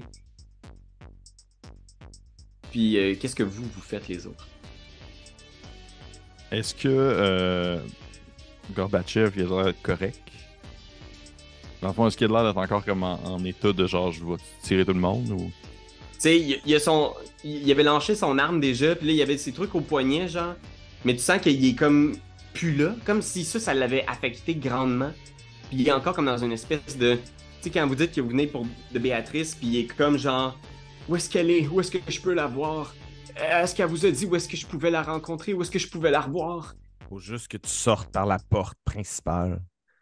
Puis qu'est-ce que vous faites, les autres? Est-ce que Gorbatchev, il a l'air d'être correct? Dans le fond, est-ce qu'il a l'air d'être encore comme en état de genre, je vais tirer tout le monde ou... sais, il avait lâché son arme déjà, puis là, il y avait ses trucs au poignet, genre. Mais tu sens qu'il est comme plus là, comme si ça l'avait affecté grandement. Puis il est encore comme dans une espèce de... Tu sais, quand vous dites que vous venez de Béatrice, puis il est comme genre... Où est-ce qu'elle est? Où est-ce que je peux la voir? Est-ce qu'elle vous a dit où est-ce que je pouvais la rencontrer? Où est-ce que je pouvais la revoir? Faut juste que tu sortes par la porte principale.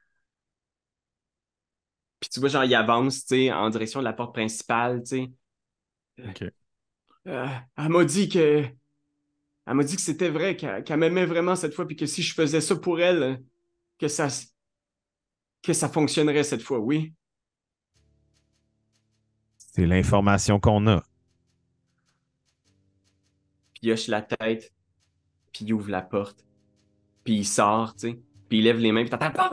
Puis tu vois, genre, il avance, tu sais, en direction de la porte principale, tu sais. OK. Elle m'a dit que... Elle m'a dit que c'était vrai, qu'elle m'aimait vraiment cette fois, puis que si je faisais ça pour elle, que ça fonctionnerait cette fois, oui. C'est l'information qu'on a. Puis il hoche la tête, puis il ouvre la porte, puis il sort, tu sais, puis il lève les mains, puis t'entends...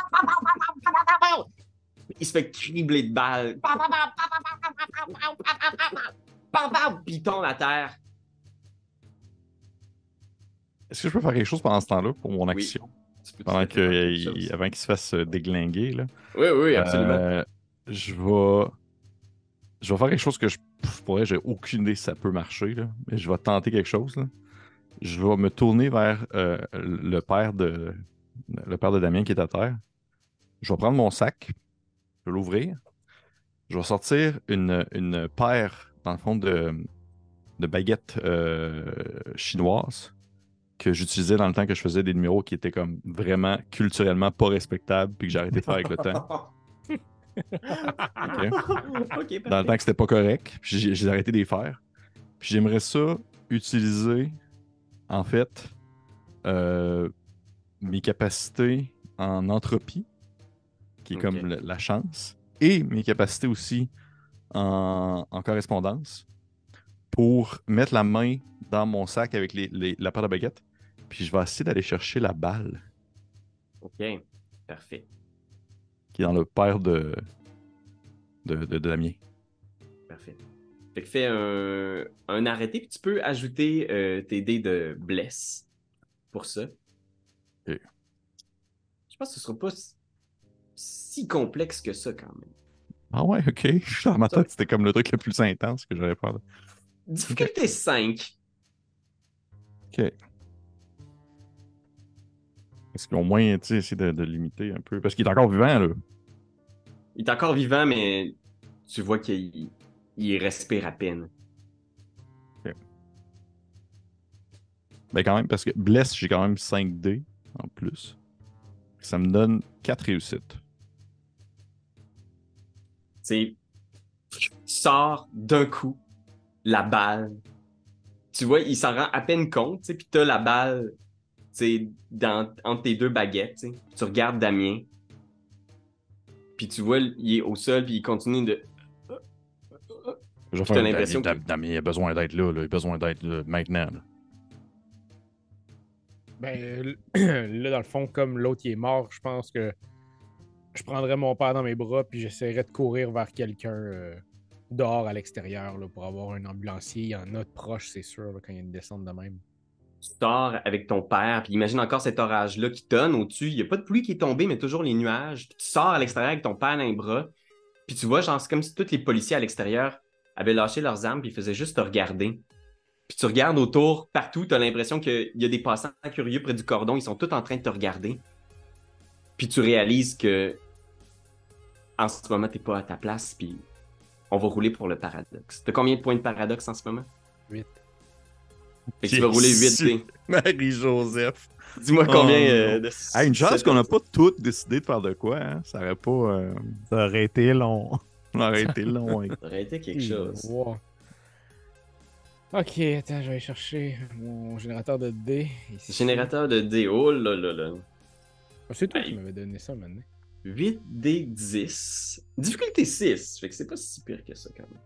Il se fait cribler de balles. Puis il tombe à terre. Est-ce que je peux faire quelque chose pendant ce temps-là pour mon Oui. action? Tu peux Pendant tout à fait faire quelque chose. avant qu'il se fasse déglinguer, là. Oui, oui, absolument. Je vais faire quelque chose que j'ai aucune idée si ça peut marcher, là, mais je vais tenter quelque chose, là. Je vais me tourner vers le père de Damien qui est à terre. Je vais prendre mon sac, je vais l'ouvrir. Je vais sortir une paire, dans le fond, de baguettes chinoises que j'utilisais dans le temps que je faisais des numéros qui étaient comme vraiment culturellement pas respectables puis que j'ai arrêté de faire avec le temps. Ok, Dans le temps que c'était pas correct, puis j'ai arrêté de les faire. Puis j'aimerais ça utiliser, en fait, mes capacités en entropie, qui est comme la chance, et mes capacités aussi en correspondance, pour mettre la main dans mon sac avec la paire de baguettes, puis je vais essayer d'aller chercher la balle Ok, parfait. qui est dans le père de Damien. Parfait. Fait que fais un arrêté, puis tu peux ajouter tes dés de bless pour ça. Ok. Je pense que ce sera pas si complexe que ça, quand même. Ah ouais, ok. Dans ma tête, c'était comme le truc le plus intense que j'avais faire. Difficulté 5. Ok. Est-ce qu'au moins, tu sais, essayer de limiter un peu? Parce qu'il est encore vivant, là. Il est encore vivant, mais tu vois qu'il respire à peine. Ben quand même, parce que Bless, j'ai quand même 5 dés en plus. Ça me donne 4 réussites. Tu sors d'un coup la balle. Tu vois, il s'en rend à peine compte, tu sais, puis t'as la balle, tu sais, entre tes deux baguettes, tu sais. Tu regardes Damien, puis tu vois, il est au sol, puis il continue de... Je vais t'as faire l'impression que... Damien, il a besoin d'être là, il a besoin d'être là, maintenant. Là. Ben, là, dans le fond, comme l'autre il est mort, je pense que je prendrais mon père dans mes bras puis j'essaierais de courir vers quelqu'un dehors à l'extérieur là, pour avoir un ambulancier. Il y en a de proche, c'est sûr, là, quand il y a une descente de même. Tu sors avec ton père, puis imagine encore cet orage-là qui tonne au-dessus. Il n'y a pas de pluie qui est tombée, mais toujours les nuages. Puis tu sors à l'extérieur avec ton père dans les bras, puis tu vois, genre, c'est comme si tous les policiers à l'extérieur avaient lâché leurs armes, puis ils faisaient juste te regarder. Puis tu regardes autour, partout, tu as l'impression qu'il y a des passants curieux près du cordon, ils sont tous en train de te regarder. Puis tu réalises que en ce moment, t'es pas à ta place, puis on va rouler pour le paradoxe. T'as combien de points de paradoxe en ce moment? 8. Fait que tu vas rouler 8 dés. Marie-Joseph. Dis-moi combien de... Hey, une chance qu'on n'a pas toutes décidé de faire de quoi, hein? Ça aurait pas... Ça aurait été long. On aurait été long. Hein. Ça aurait été quelque chose. Wow. Ok, attends, je vais aller chercher mon générateur de dés. Ici. Générateur de dés, oh là là là. Oh, c'est toi Hey. qui m'avais donné ça maintenant. 8 dés 10. Difficulté 6, fait que c'est pas si pire que ça quand même.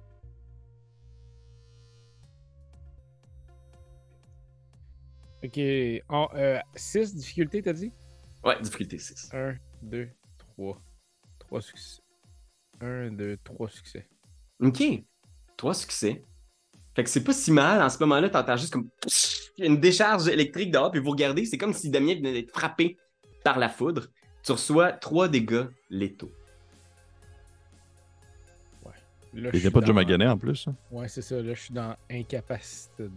Ok, 6 difficultés, t'as dit? Ouais, difficulté 6. 1, 2, 3. 3 succès. 1, 2, 3 succès. Ok, 3 succès. Fait que c'est pas si mal, en ce moment-là, t'entends juste comme une décharge électrique dehors, puis vous regardez, c'est comme si Damien venait d'être frappé par la foudre. Tu reçois 3 dégâts létaux. Ouais. Là, Il je était suis pas déjà dans- magané en plus. Hein? Ouais, c'est ça. Là, je suis dans incapacité.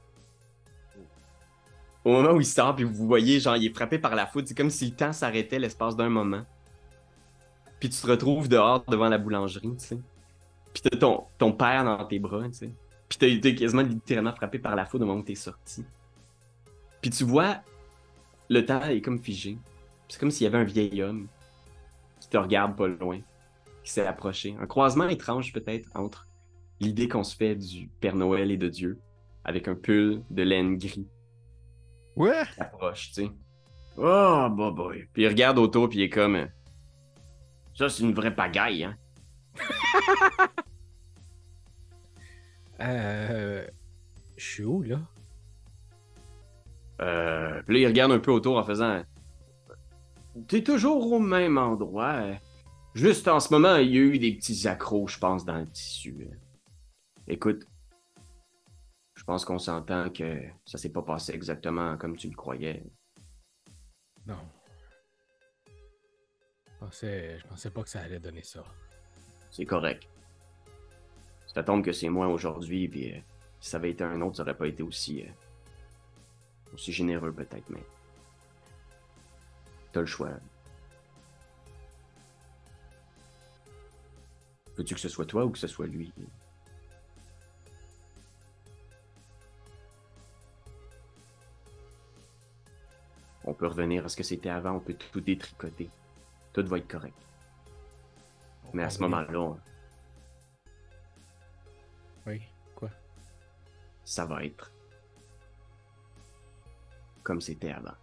Au moment où il sort, puis vous voyez, genre, il est frappé par la foudre. C'est comme si le temps s'arrêtait l'espace d'un moment. Puis tu te retrouves dehors devant la boulangerie, tu sais. Puis t'as ton père dans tes bras, tu sais. Puis t'as été quasiment littéralement frappé par la foudre au moment où t'es sorti. Puis tu vois, le temps est comme figé. C'est comme s'il y avait un vieil homme qui te regarde pas loin, qui s'est approché. Un croisement étrange peut-être entre l'idée qu'on se fait du Père Noël et de Dieu, avec un pull de laine gris Ouais! qui approche, tu sais. Oh, boy. Puis il regarde autour, puis il est comme... Ça, c'est une vraie pagaille, hein? Je suis où, là? Puis là, il regarde un peu autour en faisant... T'es toujours au même endroit. Juste en ce moment, il y a eu des petits accros, je pense, dans le tissu. Écoute, je pense qu'on s'entend que ça s'est pas passé exactement comme tu le croyais. Non. Je pensais pas que ça allait donner ça. C'est correct. Ça tombe que c'est moi aujourd'hui, puis si ça avait été un autre, ça aurait pas été aussi généreux peut-être, mais t'as le choix. Veux-tu que ce soit toi ou que ce soit lui? On peut revenir à ce que c'était avant, on peut tout détricoter. Tout va être correct. Mais à ce moment-là, Oui, quoi? ça va être comme c'était avant.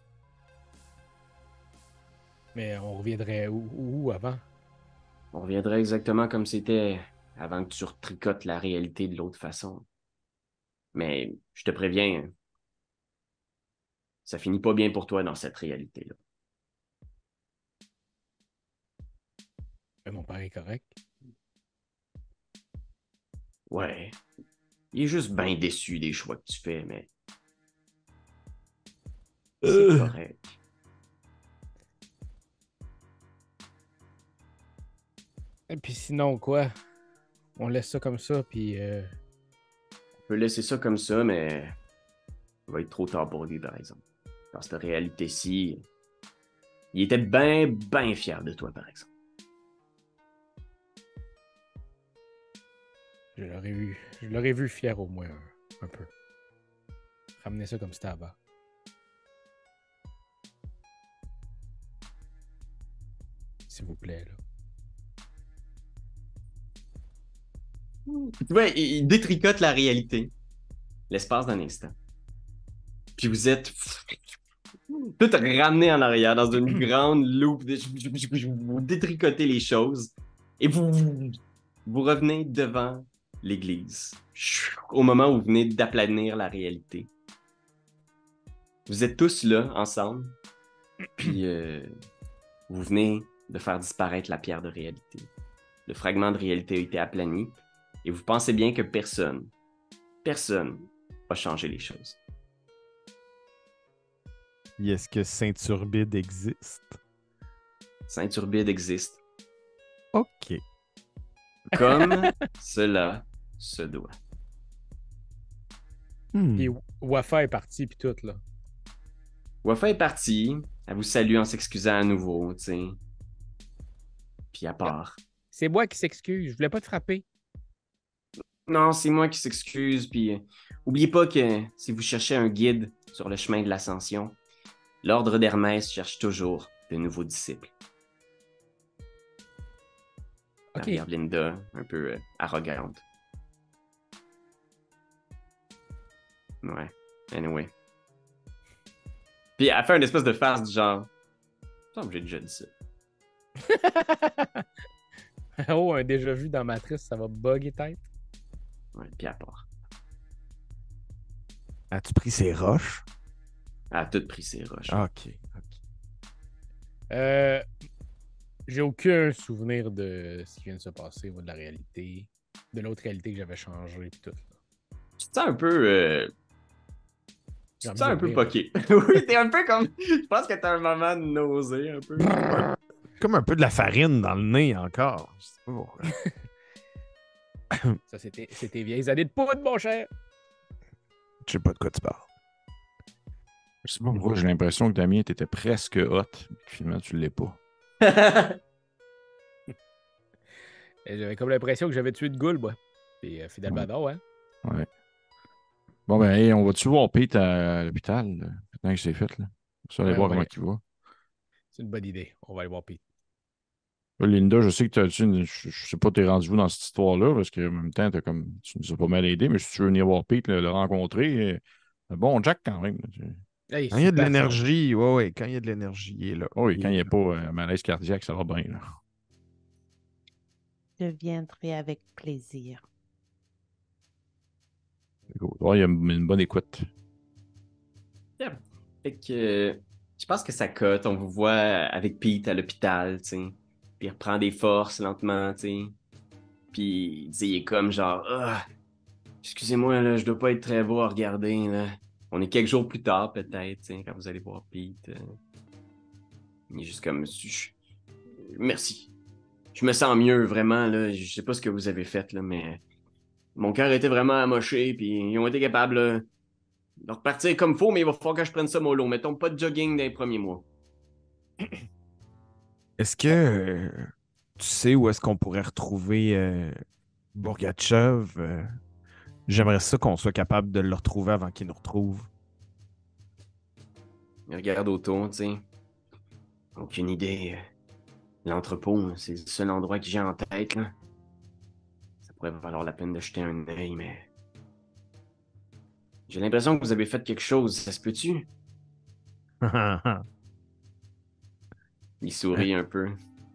Mais on reviendrait où avant? On reviendrait exactement comme c'était avant que tu retricotes la réalité de l'autre façon. Mais je te préviens, ça finit pas bien pour toi dans cette réalité-là. Mais mon père est correct. Ouais. Il est juste bien déçu des choix que tu fais, mais c'est correct. Et puis sinon, quoi? On laisse ça comme ça, puis... On peut laisser ça comme ça, mais il va être trop tard pour lui, par exemple. Dans cette réalité-ci, il était bien fier de toi, par exemple. Je l'aurais vu fier au moins un peu. Ramener ça comme c'était avant. S'il vous plaît, là. Tu vois, il détricote la réalité, l'espace d'un instant. Puis vous êtes tout ramené en arrière dans une grande loupe. Vous détricotez les choses et vous revenez devant l'église au moment où vous venez d'aplanir la réalité. Vous êtes tous là, ensemble, puis vous venez de faire disparaître la pierre de réalité. Le fragment de réalité a été aplani et vous pensez bien que personne va changer les choses. Est-ce que Saint-Turbide existe? Saint-Turbide existe OK. comme cela se doit. Puis Wafa est parti, puis tout, là. Wafa est partie, elle vous salue en s'excusant à nouveau, tu sais. Puis à part. C'est moi qui s'excuse, je voulais pas te frapper. Non, c'est moi qui s'excuse, puis oubliez pas que si vous cherchez un guide sur le chemin de l'ascension, l'ordre d'Hermès cherche toujours de nouveaux disciples. Ok. Regarde Linda, un peu arrogante. Ouais, anyway. Puis elle fait une espèce de face du genre... Il me semble que j'ai déjà dit ça. Oh, un déjà vu dans Matrice, ça va bugger tête. Ouais, puis à part. As-tu pris ses roches? Elle a tout pris ses roches. OK. J'ai aucun souvenir de ce qui vient de se passer ou de la réalité, de l'autre réalité que j'avais changée et tout. Là. Tu te sens un peu... Tu J'ai te envie sens de un peu rire. poqué. Oui, t'es un peu comme... Je pense que t'as un moment de nausée, un peu. Comme un peu de la farine dans le nez encore. Je sais pas pourquoi. Ça, c'était vieilles années de poudre, mon cher. Je sais pas de quoi tu parles. Je sais pas pourquoi j'ai l'impression que Damien, t'étais presque hot, mais que finalement, tu l'es pas. Et j'avais comme l'impression que j'avais tué de goule, moi. Puis finalement, Ouais. non, hein. Ouais. Bon, ben, hey, on va-tu voir Pete à l'hôpital, là, maintenant que c'est fait, là? On va aller Ouais, voir ouais. comment il va. C'est une bonne idée. On va aller voir Pete. Là, Linda, je sais que je sais pas tes rendez-vous dans cette histoire-là, parce qu'en même temps, tu nous as pas mal aidé, mais si tu veux venir voir Pete, le rencontrer, bon Jack quand même. Hey, Quand il y a de super, ça. l'énergie, ouais, quand il y a de l'énergie, il est là. Oh oui, Il quand est il n'y a là. pas malaise cardiaque, ça va bien, là. Je viendrai avec plaisir. C'est cool. Ouais, il y a une bonne écoute. Yeah. Fait que je pense que ça cote. On vous voit avec Pete à l'hôpital, tu sais. Puis il reprend des forces lentement, tu sais. Puis tu sais, il est comme genre, ah, excusez-moi, là, je dois pas être très beau à regarder, là. On est quelques jours plus tard, peut-être, tu sais, quand vous allez voir Pete. Il est juste comme, merci. Je me sens mieux, vraiment, là. Je sais pas ce que vous avez fait, là, mais mon cœur était vraiment amoché, puis ils ont été capables, là, de repartir comme faut, mais il va falloir que je prenne ça mollo. Mettons pas de jogging dans les premiers mois. Est-ce que tu sais où est-ce qu'on pourrait retrouver Bourgatchev? J'aimerais ça qu'on soit capable de le retrouver avant qu'il nous retrouve. Il regarde autour, tu sais. Aucune idée. L'entrepôt, c'est le seul endroit que j'ai en tête, là. Ça pourrait valoir la peine de jeter un œil, mais... J'ai l'impression que vous avez fait quelque chose, ça se peut-tu? Il sourit un peu.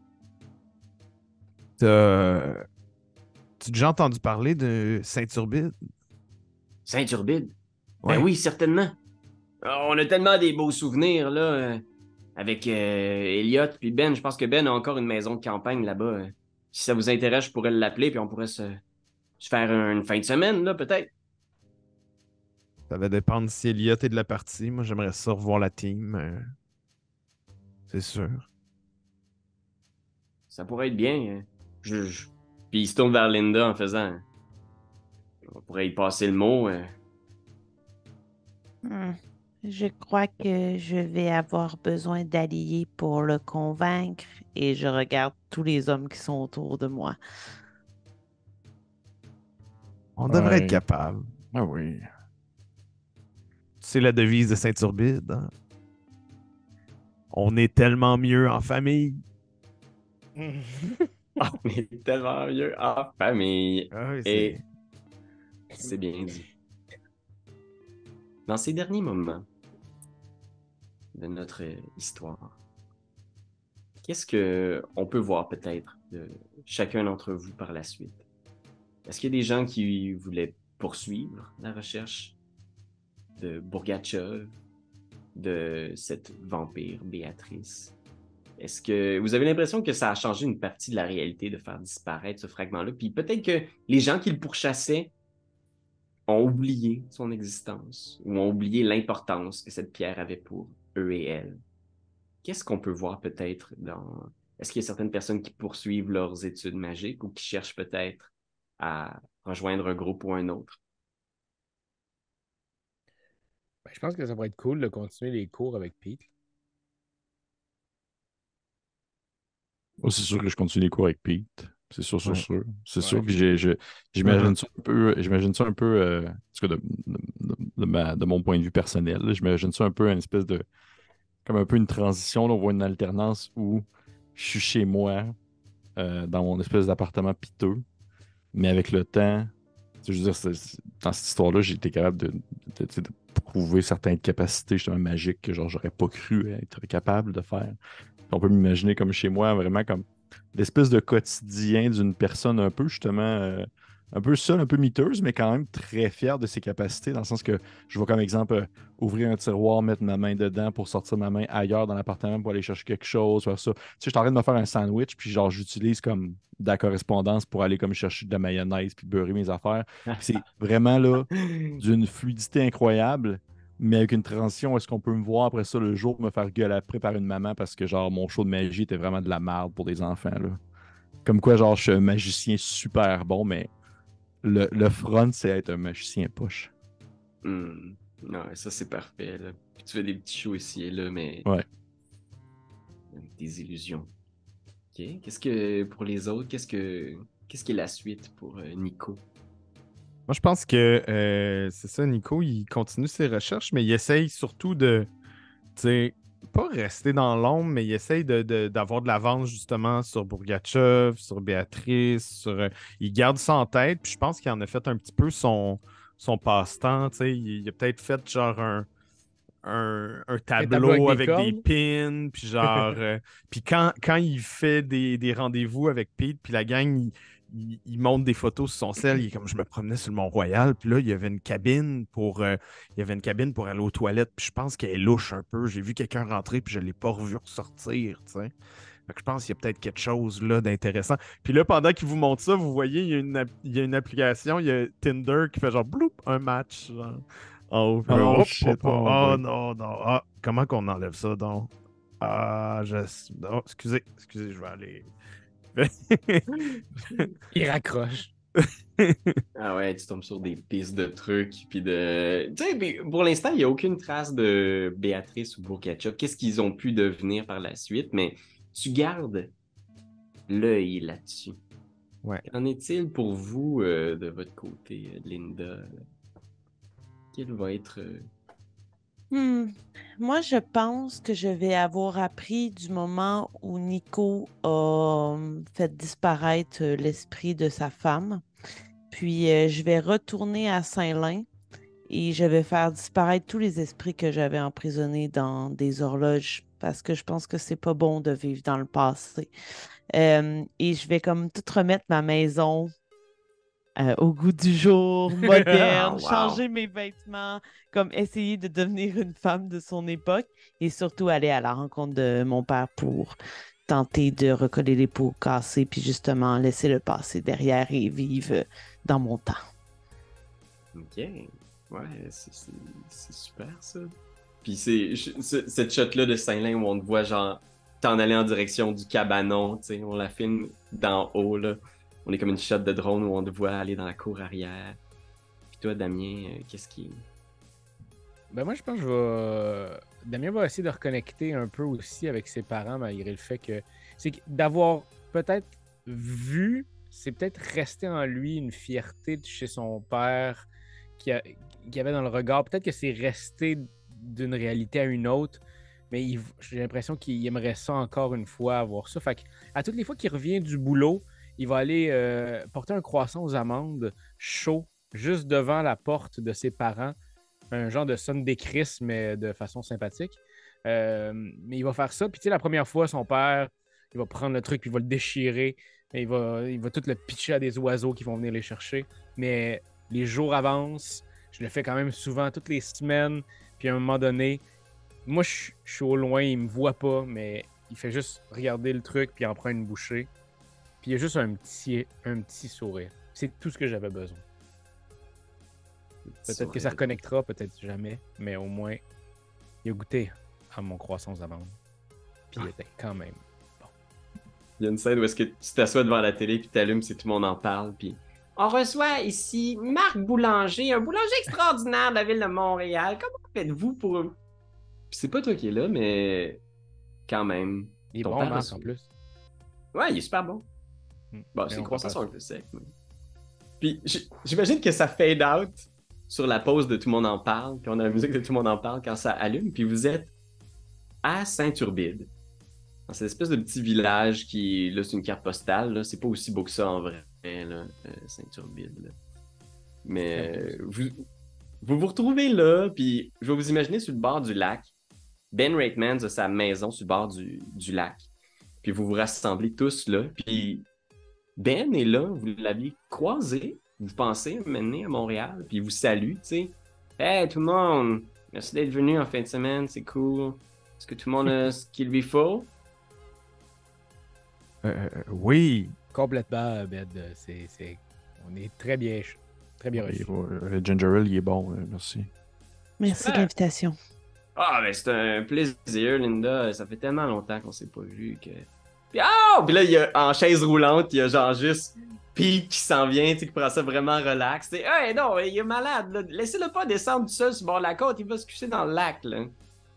T'as déjà entendu parler de Saint-Turbide? Saint-Turbide? Ouais. Ben oui, certainement. On a tellement des beaux souvenirs, là, avec Elliot puis Ben. Je pense que Ben a encore une maison de campagne là-bas. Si ça vous intéresse, je pourrais l'appeler, puis on pourrait se faire une fin de semaine, là, peut-être. Ça va dépendre si Elliot est de la partie. Moi, j'aimerais ça revoir la team. C'est sûr. Ça pourrait être bien. Puis il se tourne vers Linda en faisant... On pourrait y passer le mot. Hmm. Je crois que je vais avoir besoin d'alliés pour le convaincre et je regarde tous les hommes qui sont autour de moi. On devrait être Ouais. capable. Ah oui. C'est la devise de Saint-Turbide. Hein? On est tellement mieux en famille. On est tellement mieux en famille. Ah oui, Et c'est bien dit. Dans ces derniers moments de notre histoire, qu'est-ce que on peut voir peut-être de chacun d'entre vous par la suite? Est-ce qu'il y a des gens qui voulaient poursuivre la recherche de Bourgatchev, de cette vampire Béatrice? Est-ce que vous avez l'impression que ça a changé une partie de la réalité de faire disparaître ce fragment-là? Puis peut-être que les gens qui le pourchassaient ont oublié son existence ou ont oublié l'importance que cette pierre avait pour eux et elles. Qu'est-ce qu'on peut voir peut-être dans... Est-ce qu'il y a certaines personnes qui poursuivent leurs études magiques ou qui cherchent peut-être à rejoindre un groupe ou un autre? Ben, je pense que ça va être cool de continuer les cours avec Pete. Oh, c'est sûr que je continue les cours avec Pete. C'est sûr, c'est Ouais. sûr. C'est Ouais. sûr. Puis j'imagine ça un peu, en tout cas de mon point de vue personnel, là, j'imagine ça un peu une espèce de, comme un peu une transition, là, on voit une alternance où je suis chez moi, dans mon espèce d'appartement piteux, mais avec le temps, tu sais, je veux dire, dans cette histoire-là, j'ai été capable tu sais, de prouver certaines capacités justement magiques que genre j'aurais pas cru être capable de faire. On peut m'imaginer comme chez moi, vraiment comme l'espèce de quotidien d'une personne un peu justement, un peu seule, un peu miteuse, mais quand même très fière de ses capacités, dans le sens que je vois comme exemple ouvrir un tiroir, mettre ma main dedans pour sortir ma main ailleurs dans l'appartement pour aller chercher quelque chose, faire ça. Tu sais, je suis en train de me faire un sandwich, puis genre j'utilise comme de la correspondance pour aller comme chercher de la mayonnaise puis beurrer mes affaires. Puis c'est vraiment là d'une fluidité incroyable. Mais avec une transition, est-ce qu'on peut me voir après ça le jour me faire gueuler après par une maman parce que genre mon show de magie était vraiment de la merde pour des enfants là. Comme quoi genre je suis un magicien super bon, mais Le front, c'est être un magicien poche. Non, ça c'est parfait. Là. Puis tu fais des petits shows ici et là, mais. Ouais. Avec des illusions. Ok. Qu'est-ce que pour les autres, qu'est-ce qui est la suite pour Nico? Moi, je pense que c'est ça, Nico, il continue ses recherches, mais il essaye surtout de, tu sais, pas rester dans l'ombre, mais il essaye d'avoir de l'avance justement sur Bourgatchev, sur Béatrice, il garde ça en tête, puis je pense qu'il en a fait un petit peu son passe-temps, tu sais, il a peut-être fait genre un tableau avec des cordes. pins, puis genre, puis quand il fait des rendez-vous avec Pete, puis la gang, il montre des photos sur son cell, il est comme je me promenais sur le Mont-Royal, puis là, il y avait une cabine pour aller aux toilettes, puis je pense qu'elle est louche un peu. J'ai vu quelqu'un rentrer, puis je ne l'ai pas revu ressortir, tu sais. Fait que je pense qu'il y a peut-être quelque chose là d'intéressant. Puis là, pendant qu'il vous montre ça, vous voyez, il y a une application, il y a Tinder qui fait genre bloup, un match. Genre, en haut. Puis là, Oh, hop, shit, hop, hop. oh, Oh boy. non, non. Ah, comment qu'on enlève ça donc? Ah, oh, excusez, je vais aller. Il raccroche. Ah ouais, tu tombes sur des pistes de trucs, puis de... Tu sais, puis pour l'instant, il n'y a aucune trace de Béatrice ou Bourgatchev. Qu'est-ce qu'ils ont pu devenir par la suite, mais tu gardes l'œil là-dessus. Ouais. Qu'en est-il pour vous, de votre côté, Linda? Quel va être... Moi, je pense que je vais avoir appris du moment où Nico a fait disparaître l'esprit de sa femme. Puis, je vais retourner à Saint-Lin et je vais faire disparaître tous les esprits que j'avais emprisonnés dans des horloges parce que je pense que c'est pas bon de vivre dans le passé. Et je vais comme tout remettre ma maison au goût du jour, moderne, Wow. changer mes vêtements, comme essayer de devenir une femme de son époque et surtout aller à la rencontre de mon père pour tenter de recoller les pots cassés puis justement laisser le passé derrière et vivre dans mon temps. OK. Ouais, c'est super, ça. Puis cette shot-là de Saint-Lin où on te voit, genre, t'en aller en direction du cabanon, tu sais, on la filme d'en haut, là. On est comme une shot de drone où on te voit aller dans la cour arrière. Puis toi, Damien, qu'est-ce qui... Ben moi, je pense que Damien va essayer de reconnecter un peu aussi avec ses parents, malgré le fait que... C'est d'avoir peut-être vu, c'est peut-être resté en lui une fierté de chez son père qu'il y avait dans le regard. Peut-être que c'est resté d'une réalité à une autre, mais j'ai l'impression qu'il aimerait ça encore une fois, avoir ça. Fait à toutes les fois qu'il revient du boulot, il va aller porter un croissant aux amandes chaud juste devant la porte de ses parents. Un genre de Sunday Chris, mais de façon sympathique. Mais il va faire ça. Puis tu sais, la première fois, son père, il va prendre le truc, puis il va le déchirer. Et il va tout le pitcher à des oiseaux qui vont venir les chercher. Mais les jours avancent. Je le fais quand même souvent, toutes les semaines. Puis à un moment donné, moi, je suis au loin, il me voit pas, mais il fait juste regarder le truc, puis il en prend une bouchée. Puis il y a juste un petit sourire. C'est tout ce que j'avais besoin. Peut-être que ça reconnectera, peut-être jamais, mais au moins, il a goûté à mon croissant aux amandes. Puis il était quand même bon. Il y a une scène où est-ce que tu t'assois devant la télé puis t'allumes, c'est tout le monde en parle, puis... On reçoit ici Marc Boulanger, un boulanger extraordinaire de la ville de Montréal. Comment faites-vous pour... Puis c'est pas toi qui es là, mais... Quand même. Il est Ton bon, père Marc, a- en plus. Ouais, il est super bon. Bon, Mais ses on croissants va sont pas- un peu secs. Mais... Puis j'imagine que ça fade out sur la pause de Tout le monde en parle, puis on a la musique de Tout le monde en parle quand ça allume, puis vous êtes à Saint-Turbide. Dans cette espèce de petit village qui, là, c'est une carte postale, là. C'est pas aussi beau que ça en vrai, là, Saint-Turbide, là. Mais vous retrouvez là, puis je vais vous imaginer sur le bord du lac. Ben Reitmans a sa maison sur le bord du lac. Puis vous vous rassemblez tous là. Puis Ben est là, vous l'aviez croisé, vous pensez mener à Montréal, puis il vous salue, tu sais. Hey tout le monde, merci d'être venu en fin de semaine, c'est cool. Est-ce que tout le monde a ce qu'il lui faut? Oui. Complètement, Ben. On est très bien reçus. Le ginger ale, il est bon, merci. Merci Super. de l'invitation. Ah, ben c'est un plaisir, Linda. Ça fait tellement longtemps qu'on s'est pas vu que Puis, puis là, il y a, en chaise roulante, il y a genre juste Pete qui s'en vient, tu sais, qui prend ça vraiment relax. Tu sais, hey, non, il est malade, là. Laissez-le pas descendre tout seul sur le bord de la côte, il va se coucher dans le lac, là.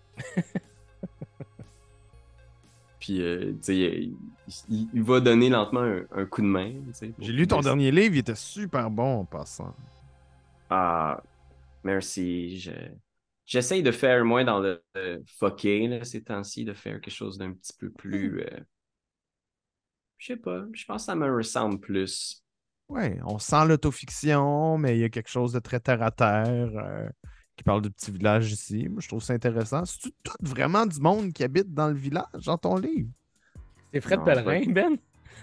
Puis, tu sais, il va donner lentement un coup de main, tu sais. J'ai lu ton dernier livre, il était super bon en passant. Ah, merci. J'essaye de faire moins dans le fucké, là, ces temps-ci, de faire quelque chose d'un petit peu plus... je sais pas, je pense que ça me ressemble plus. Ouais, on sent l'autofiction, mais il y a quelque chose de très terre-à-terre qui parle de petits villages ici. Moi, je trouve ça intéressant. C'est-tu tout vraiment du monde qui habite dans le village, dans ton livre? C'est Fred Non, Pellerin, Ben?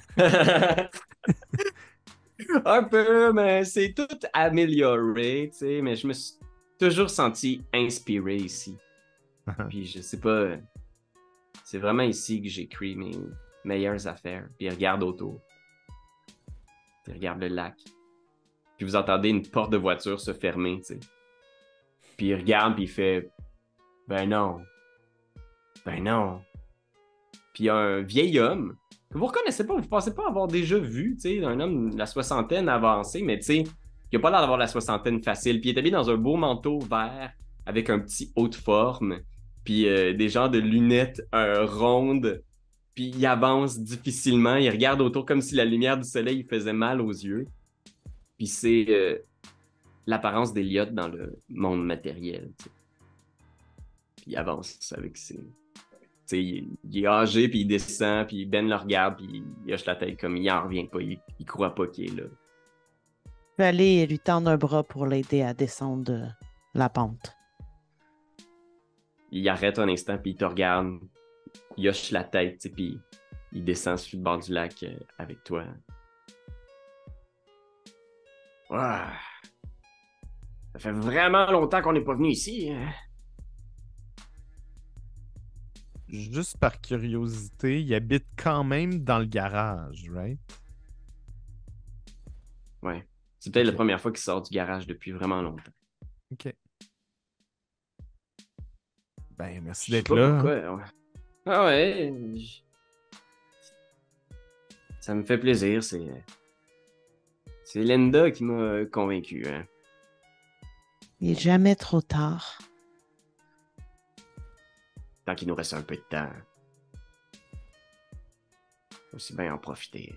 Un peu, mais c'est tout amélioré, tu sais, mais je me suis toujours senti inspiré ici. Puis je sais pas, c'est vraiment ici que j'écris mes meilleures affaires. Puis regarde autour. Puis regarde le lac. Puis vous entendez une porte de voiture se fermer, tu sais. Puis il regarde, puis il fait « Ben non. Ben non. » Puis il y a un vieil homme que vous reconnaissez pas, vous pensez pas avoir déjà vu, tu sais, un homme de la soixantaine avancé, mais tu sais, il a pas l'air d'avoir la soixantaine facile. Puis il est habillé dans un beau manteau vert avec un petit haut de forme, puis des genres de lunettes rondes. Puis il avance difficilement, il regarde autour comme si la lumière du soleil lui faisait mal aux yeux. Puis c'est l'apparence d'Eliott dans le monde matériel, tu sais. Puis il avance avec ses... Tu sais, il est âgé, puis il descend, puis Ben le regarde, puis il hoche la tête comme il en revient pas, il croit pas qu'il est là. Je vais aller lui tendre un bras pour l'aider à descendre la pente. Il arrête un instant, puis il te regarde, il hoche la tête, tu sais, puis il descend sur le bord du lac avec toi. Ouah. Ça fait vraiment longtemps qu'on n'est pas venu ici, hein? Juste par curiosité, il habite quand même dans le garage, right? Ouais. C'est peut-être Ok. la première fois qu'il sort du garage depuis vraiment longtemps. OK. Ben, merci Je sais d'être pas là. pourquoi. Ouais. Ah ouais. Ça me fait plaisir. C'est Linda qui m'a convaincu. Hein. Il n'est jamais trop tard. Tant qu'il nous reste un peu de temps. Aussi bien en profiter.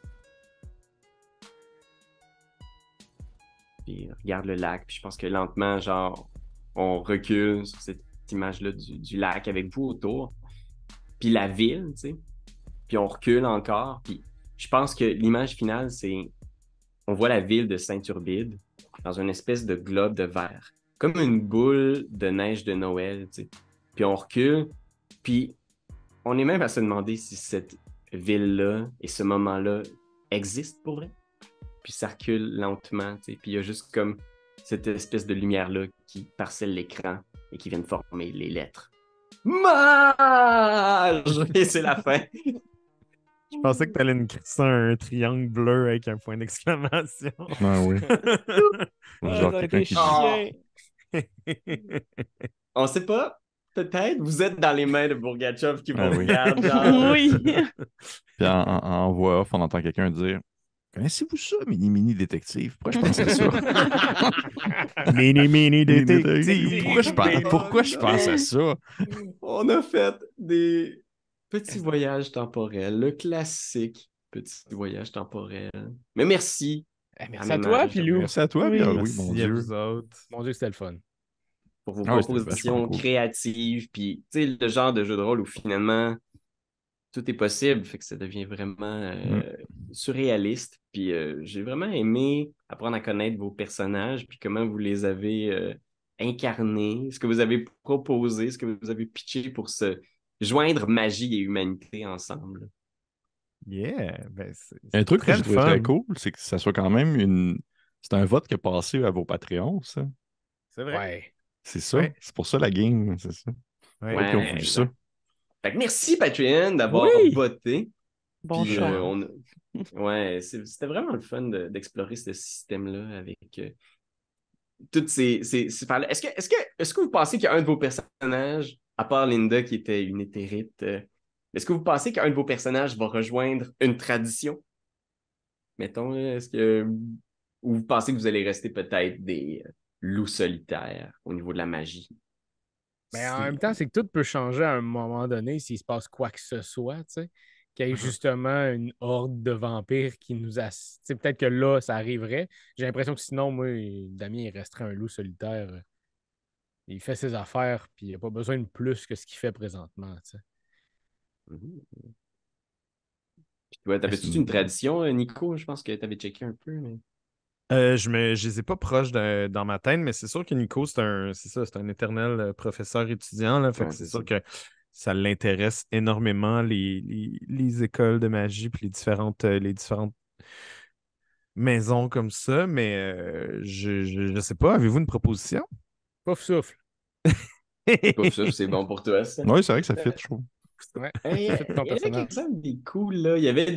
Puis regarde le lac. Puis je pense que lentement, genre, on recule sur cette image-là du lac avec vous autour. Puis la ville, tu sais. Puis on recule encore. Puis je pense que l'image finale, c'est... On voit la ville de Saint-Turbide dans une espèce de globe de verre. Comme une boule de neige de Noël, tu sais. Puis on recule. Puis on est même à se demander si cette ville-là et ce moment-là existent pour vrai. Puis ça recule lentement, tu sais. Puis il y a juste comme cette espèce de lumière-là qui parcelle l'écran et qui vient de former les lettres. Mage! Et c'est la fin. Je pensais que tu allais nous crisser un triangle bleu avec un point d'exclamation. Ah oui. Genre ça a quelqu'un été qui chiant. On sait pas. Peut-être vous êtes dans les mains de Bourgatchev qui vous Ah oui. regarde, genre. Oui. Puis en voix off, on entend quelqu'un dire Connaissez-vous ça, Mini Détective? Pourquoi je pense à ça? Mini détective. Pourquoi je pense à ça? On a fait des petits voyages temporels, le classique petit voyage temporel. Mais merci. Merci à toi, Pilou. Merci à toi, Oui. Pierre. Oui, Merci mon à Dieu. vous autres. Mon Dieu, c'était le fun. Pour vos Ah oui, c'était propositions vachement cool. créatives, puis tu sais, le genre de jeu de rôle où finalement tout est possible, fait que ça devient vraiment surréaliste. Puis j'ai vraiment aimé apprendre à connaître vos personnages, puis comment vous les avez incarnés, ce que vous avez proposé, ce que vous avez pitché pour se joindre magie et humanité ensemble. Yeah, ben c'est Un truc que très j'ai le trouvé fun. très cool, c'est que ça soit quand même une. C'est un vote qui est passé à vos Patreons, ça. C'est vrai. Ouais. C'est ça. Ouais. C'est pour ça la game, c'est ça. Ouais. Eux qui ont voulu ça. exact. Fait que merci Patreon d'avoir Oui! voté. Bon Puis, choix. ouais, c'était vraiment le fun d'explorer ce système-là avec toutes ces affaires-là. Est-ce que vous pensez qu'il y a un de vos personnages, à part Linda qui était une éthérite, Est-ce que vous pensez qu'un de vos personnages va rejoindre une tradition? Mettons, est-ce que... Ou vous pensez que vous allez rester peut-être des loups solitaires au niveau de la magie? Mais en même temps, c'est que tout peut changer à un moment donné s'il se passe quoi que ce soit, tu sais. Qu'il y ait justement une horde de vampires qui nous assistent. Tu sais, peut-être que là, ça arriverait. J'ai l'impression que sinon, moi, Damien, il resterait un loup solitaire. Il fait ses affaires, puis il n'a pas besoin de plus que ce qu'il fait présentement, tu sais. Mhm. Puis toi, t'avais-tu une tradition, Nico? Je pense que t'avais checké un peu, mais... Je les ai pas proches dans ma tête, mais c'est sûr que Nico, c'est un éternel professeur étudiant. Là, fait Ouais, que c'est c'est sûr ça. que ça l'intéresse énormément, les écoles de magie puis les différentes maisons comme ça. Mais je sais pas, avez-vous une proposition? Pouf souffle. Pouf, ça, c'est bon pour toi, ça. Oui, c'est vrai que ça fit, je trouve. Ouais, Hey, ça fait ton il y avait personnage. quelques-uns des cool, là. Il y avait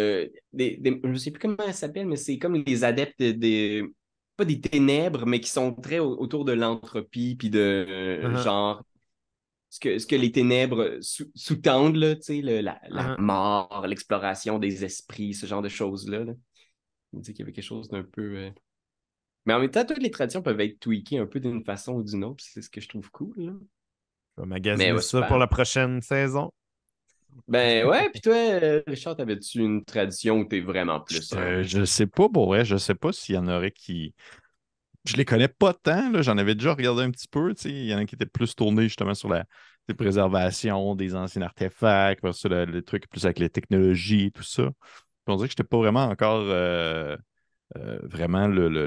je ne sais plus comment ça s'appelle, mais c'est comme les adeptes des, pas des ténèbres, mais qui sont très autour de l'entropie, puis de Uh-huh, genre, ce que les ténèbres sous-tendent, là, tu sais, la uh-huh. mort, l'exploration des esprits, ce genre de choses-là. Là. Il me dit qu'il y avait quelque chose d'un peu. Mais en même temps, toutes les traditions peuvent être tweakées un peu d'une façon ou d'une autre, c'est ce que je trouve cool, là. Je vais Mais magasiner ouais, ça pour super. la prochaine saison. Ben ouais, puis toi, Richard, t'avais-tu une tradition où t'es vraiment plus un... Je sais pas, pour vrai, je sais pas s'il y en aurait qui. Je les connais pas tant, là. J'en avais déjà regardé un petit peu, tu sais. Il y en a qui étaient plus tournés justement sur la préservation des anciens artefacts, versus le truc plus avec les technologies et tout ça. Puis on dirait que j'étais pas vraiment encore vraiment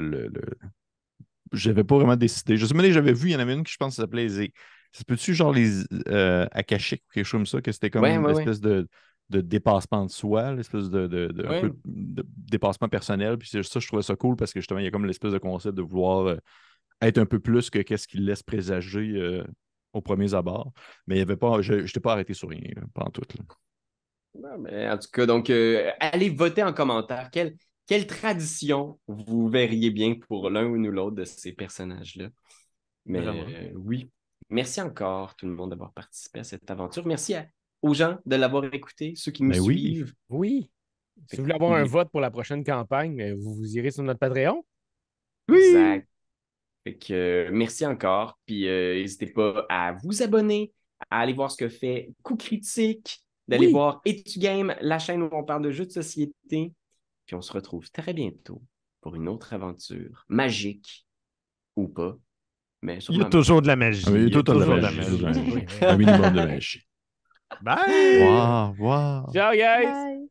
j'avais pas vraiment décidé. Je sais même que j'avais vu, il y en avait une qui je pense s'appelait ça se peut-tu genre les Akashiques ou quelque chose comme ça, que c'était Ouais, comme ouais, ouais. l'espèce de dépassement de soi, l'espèce un Ouais. peu de dépassement personnel. Puis c'est ça, je trouvais ça cool parce que justement, il y a comme l'espèce de concept de vouloir être un peu plus que qu'est-ce qui laisse présager aux premiers abords. Mais il y avait pas, je n'étais pas arrêté sur rien, là, pas en tout. Là. Ouais, mais en tout cas, donc, allez voter en commentaire. Quelle tradition vous verriez bien pour l'un ou l'autre de ces personnages-là? Vraiment. Mais oui, merci encore tout le monde d'avoir participé à cette aventure. Merci aux gens de l'avoir écouté, ceux qui nous Mais oui, suivent. Oui. Si Fait vous que, voulez avoir un oubliez- vote pour la prochaine campagne, vous irez sur notre Patreon. oui, Exact. Fait que, merci encore. Puis n'hésitez pas à vous abonner, à aller voir ce que fait Coup Critique, d'aller Oui. voir Etu Game, la chaîne où on parle de jeux de société. Puis on se retrouve très bientôt pour une autre aventure magique ou pas, mais Il y a sûrement toujours de magique. la ah, magie. mais Il y a tout a de la toujours de la magie, tout a de magie. la Oui, magie. oui. Un minimum de magie. Bye! Waouh, waouh. Ciao, guys! Bye!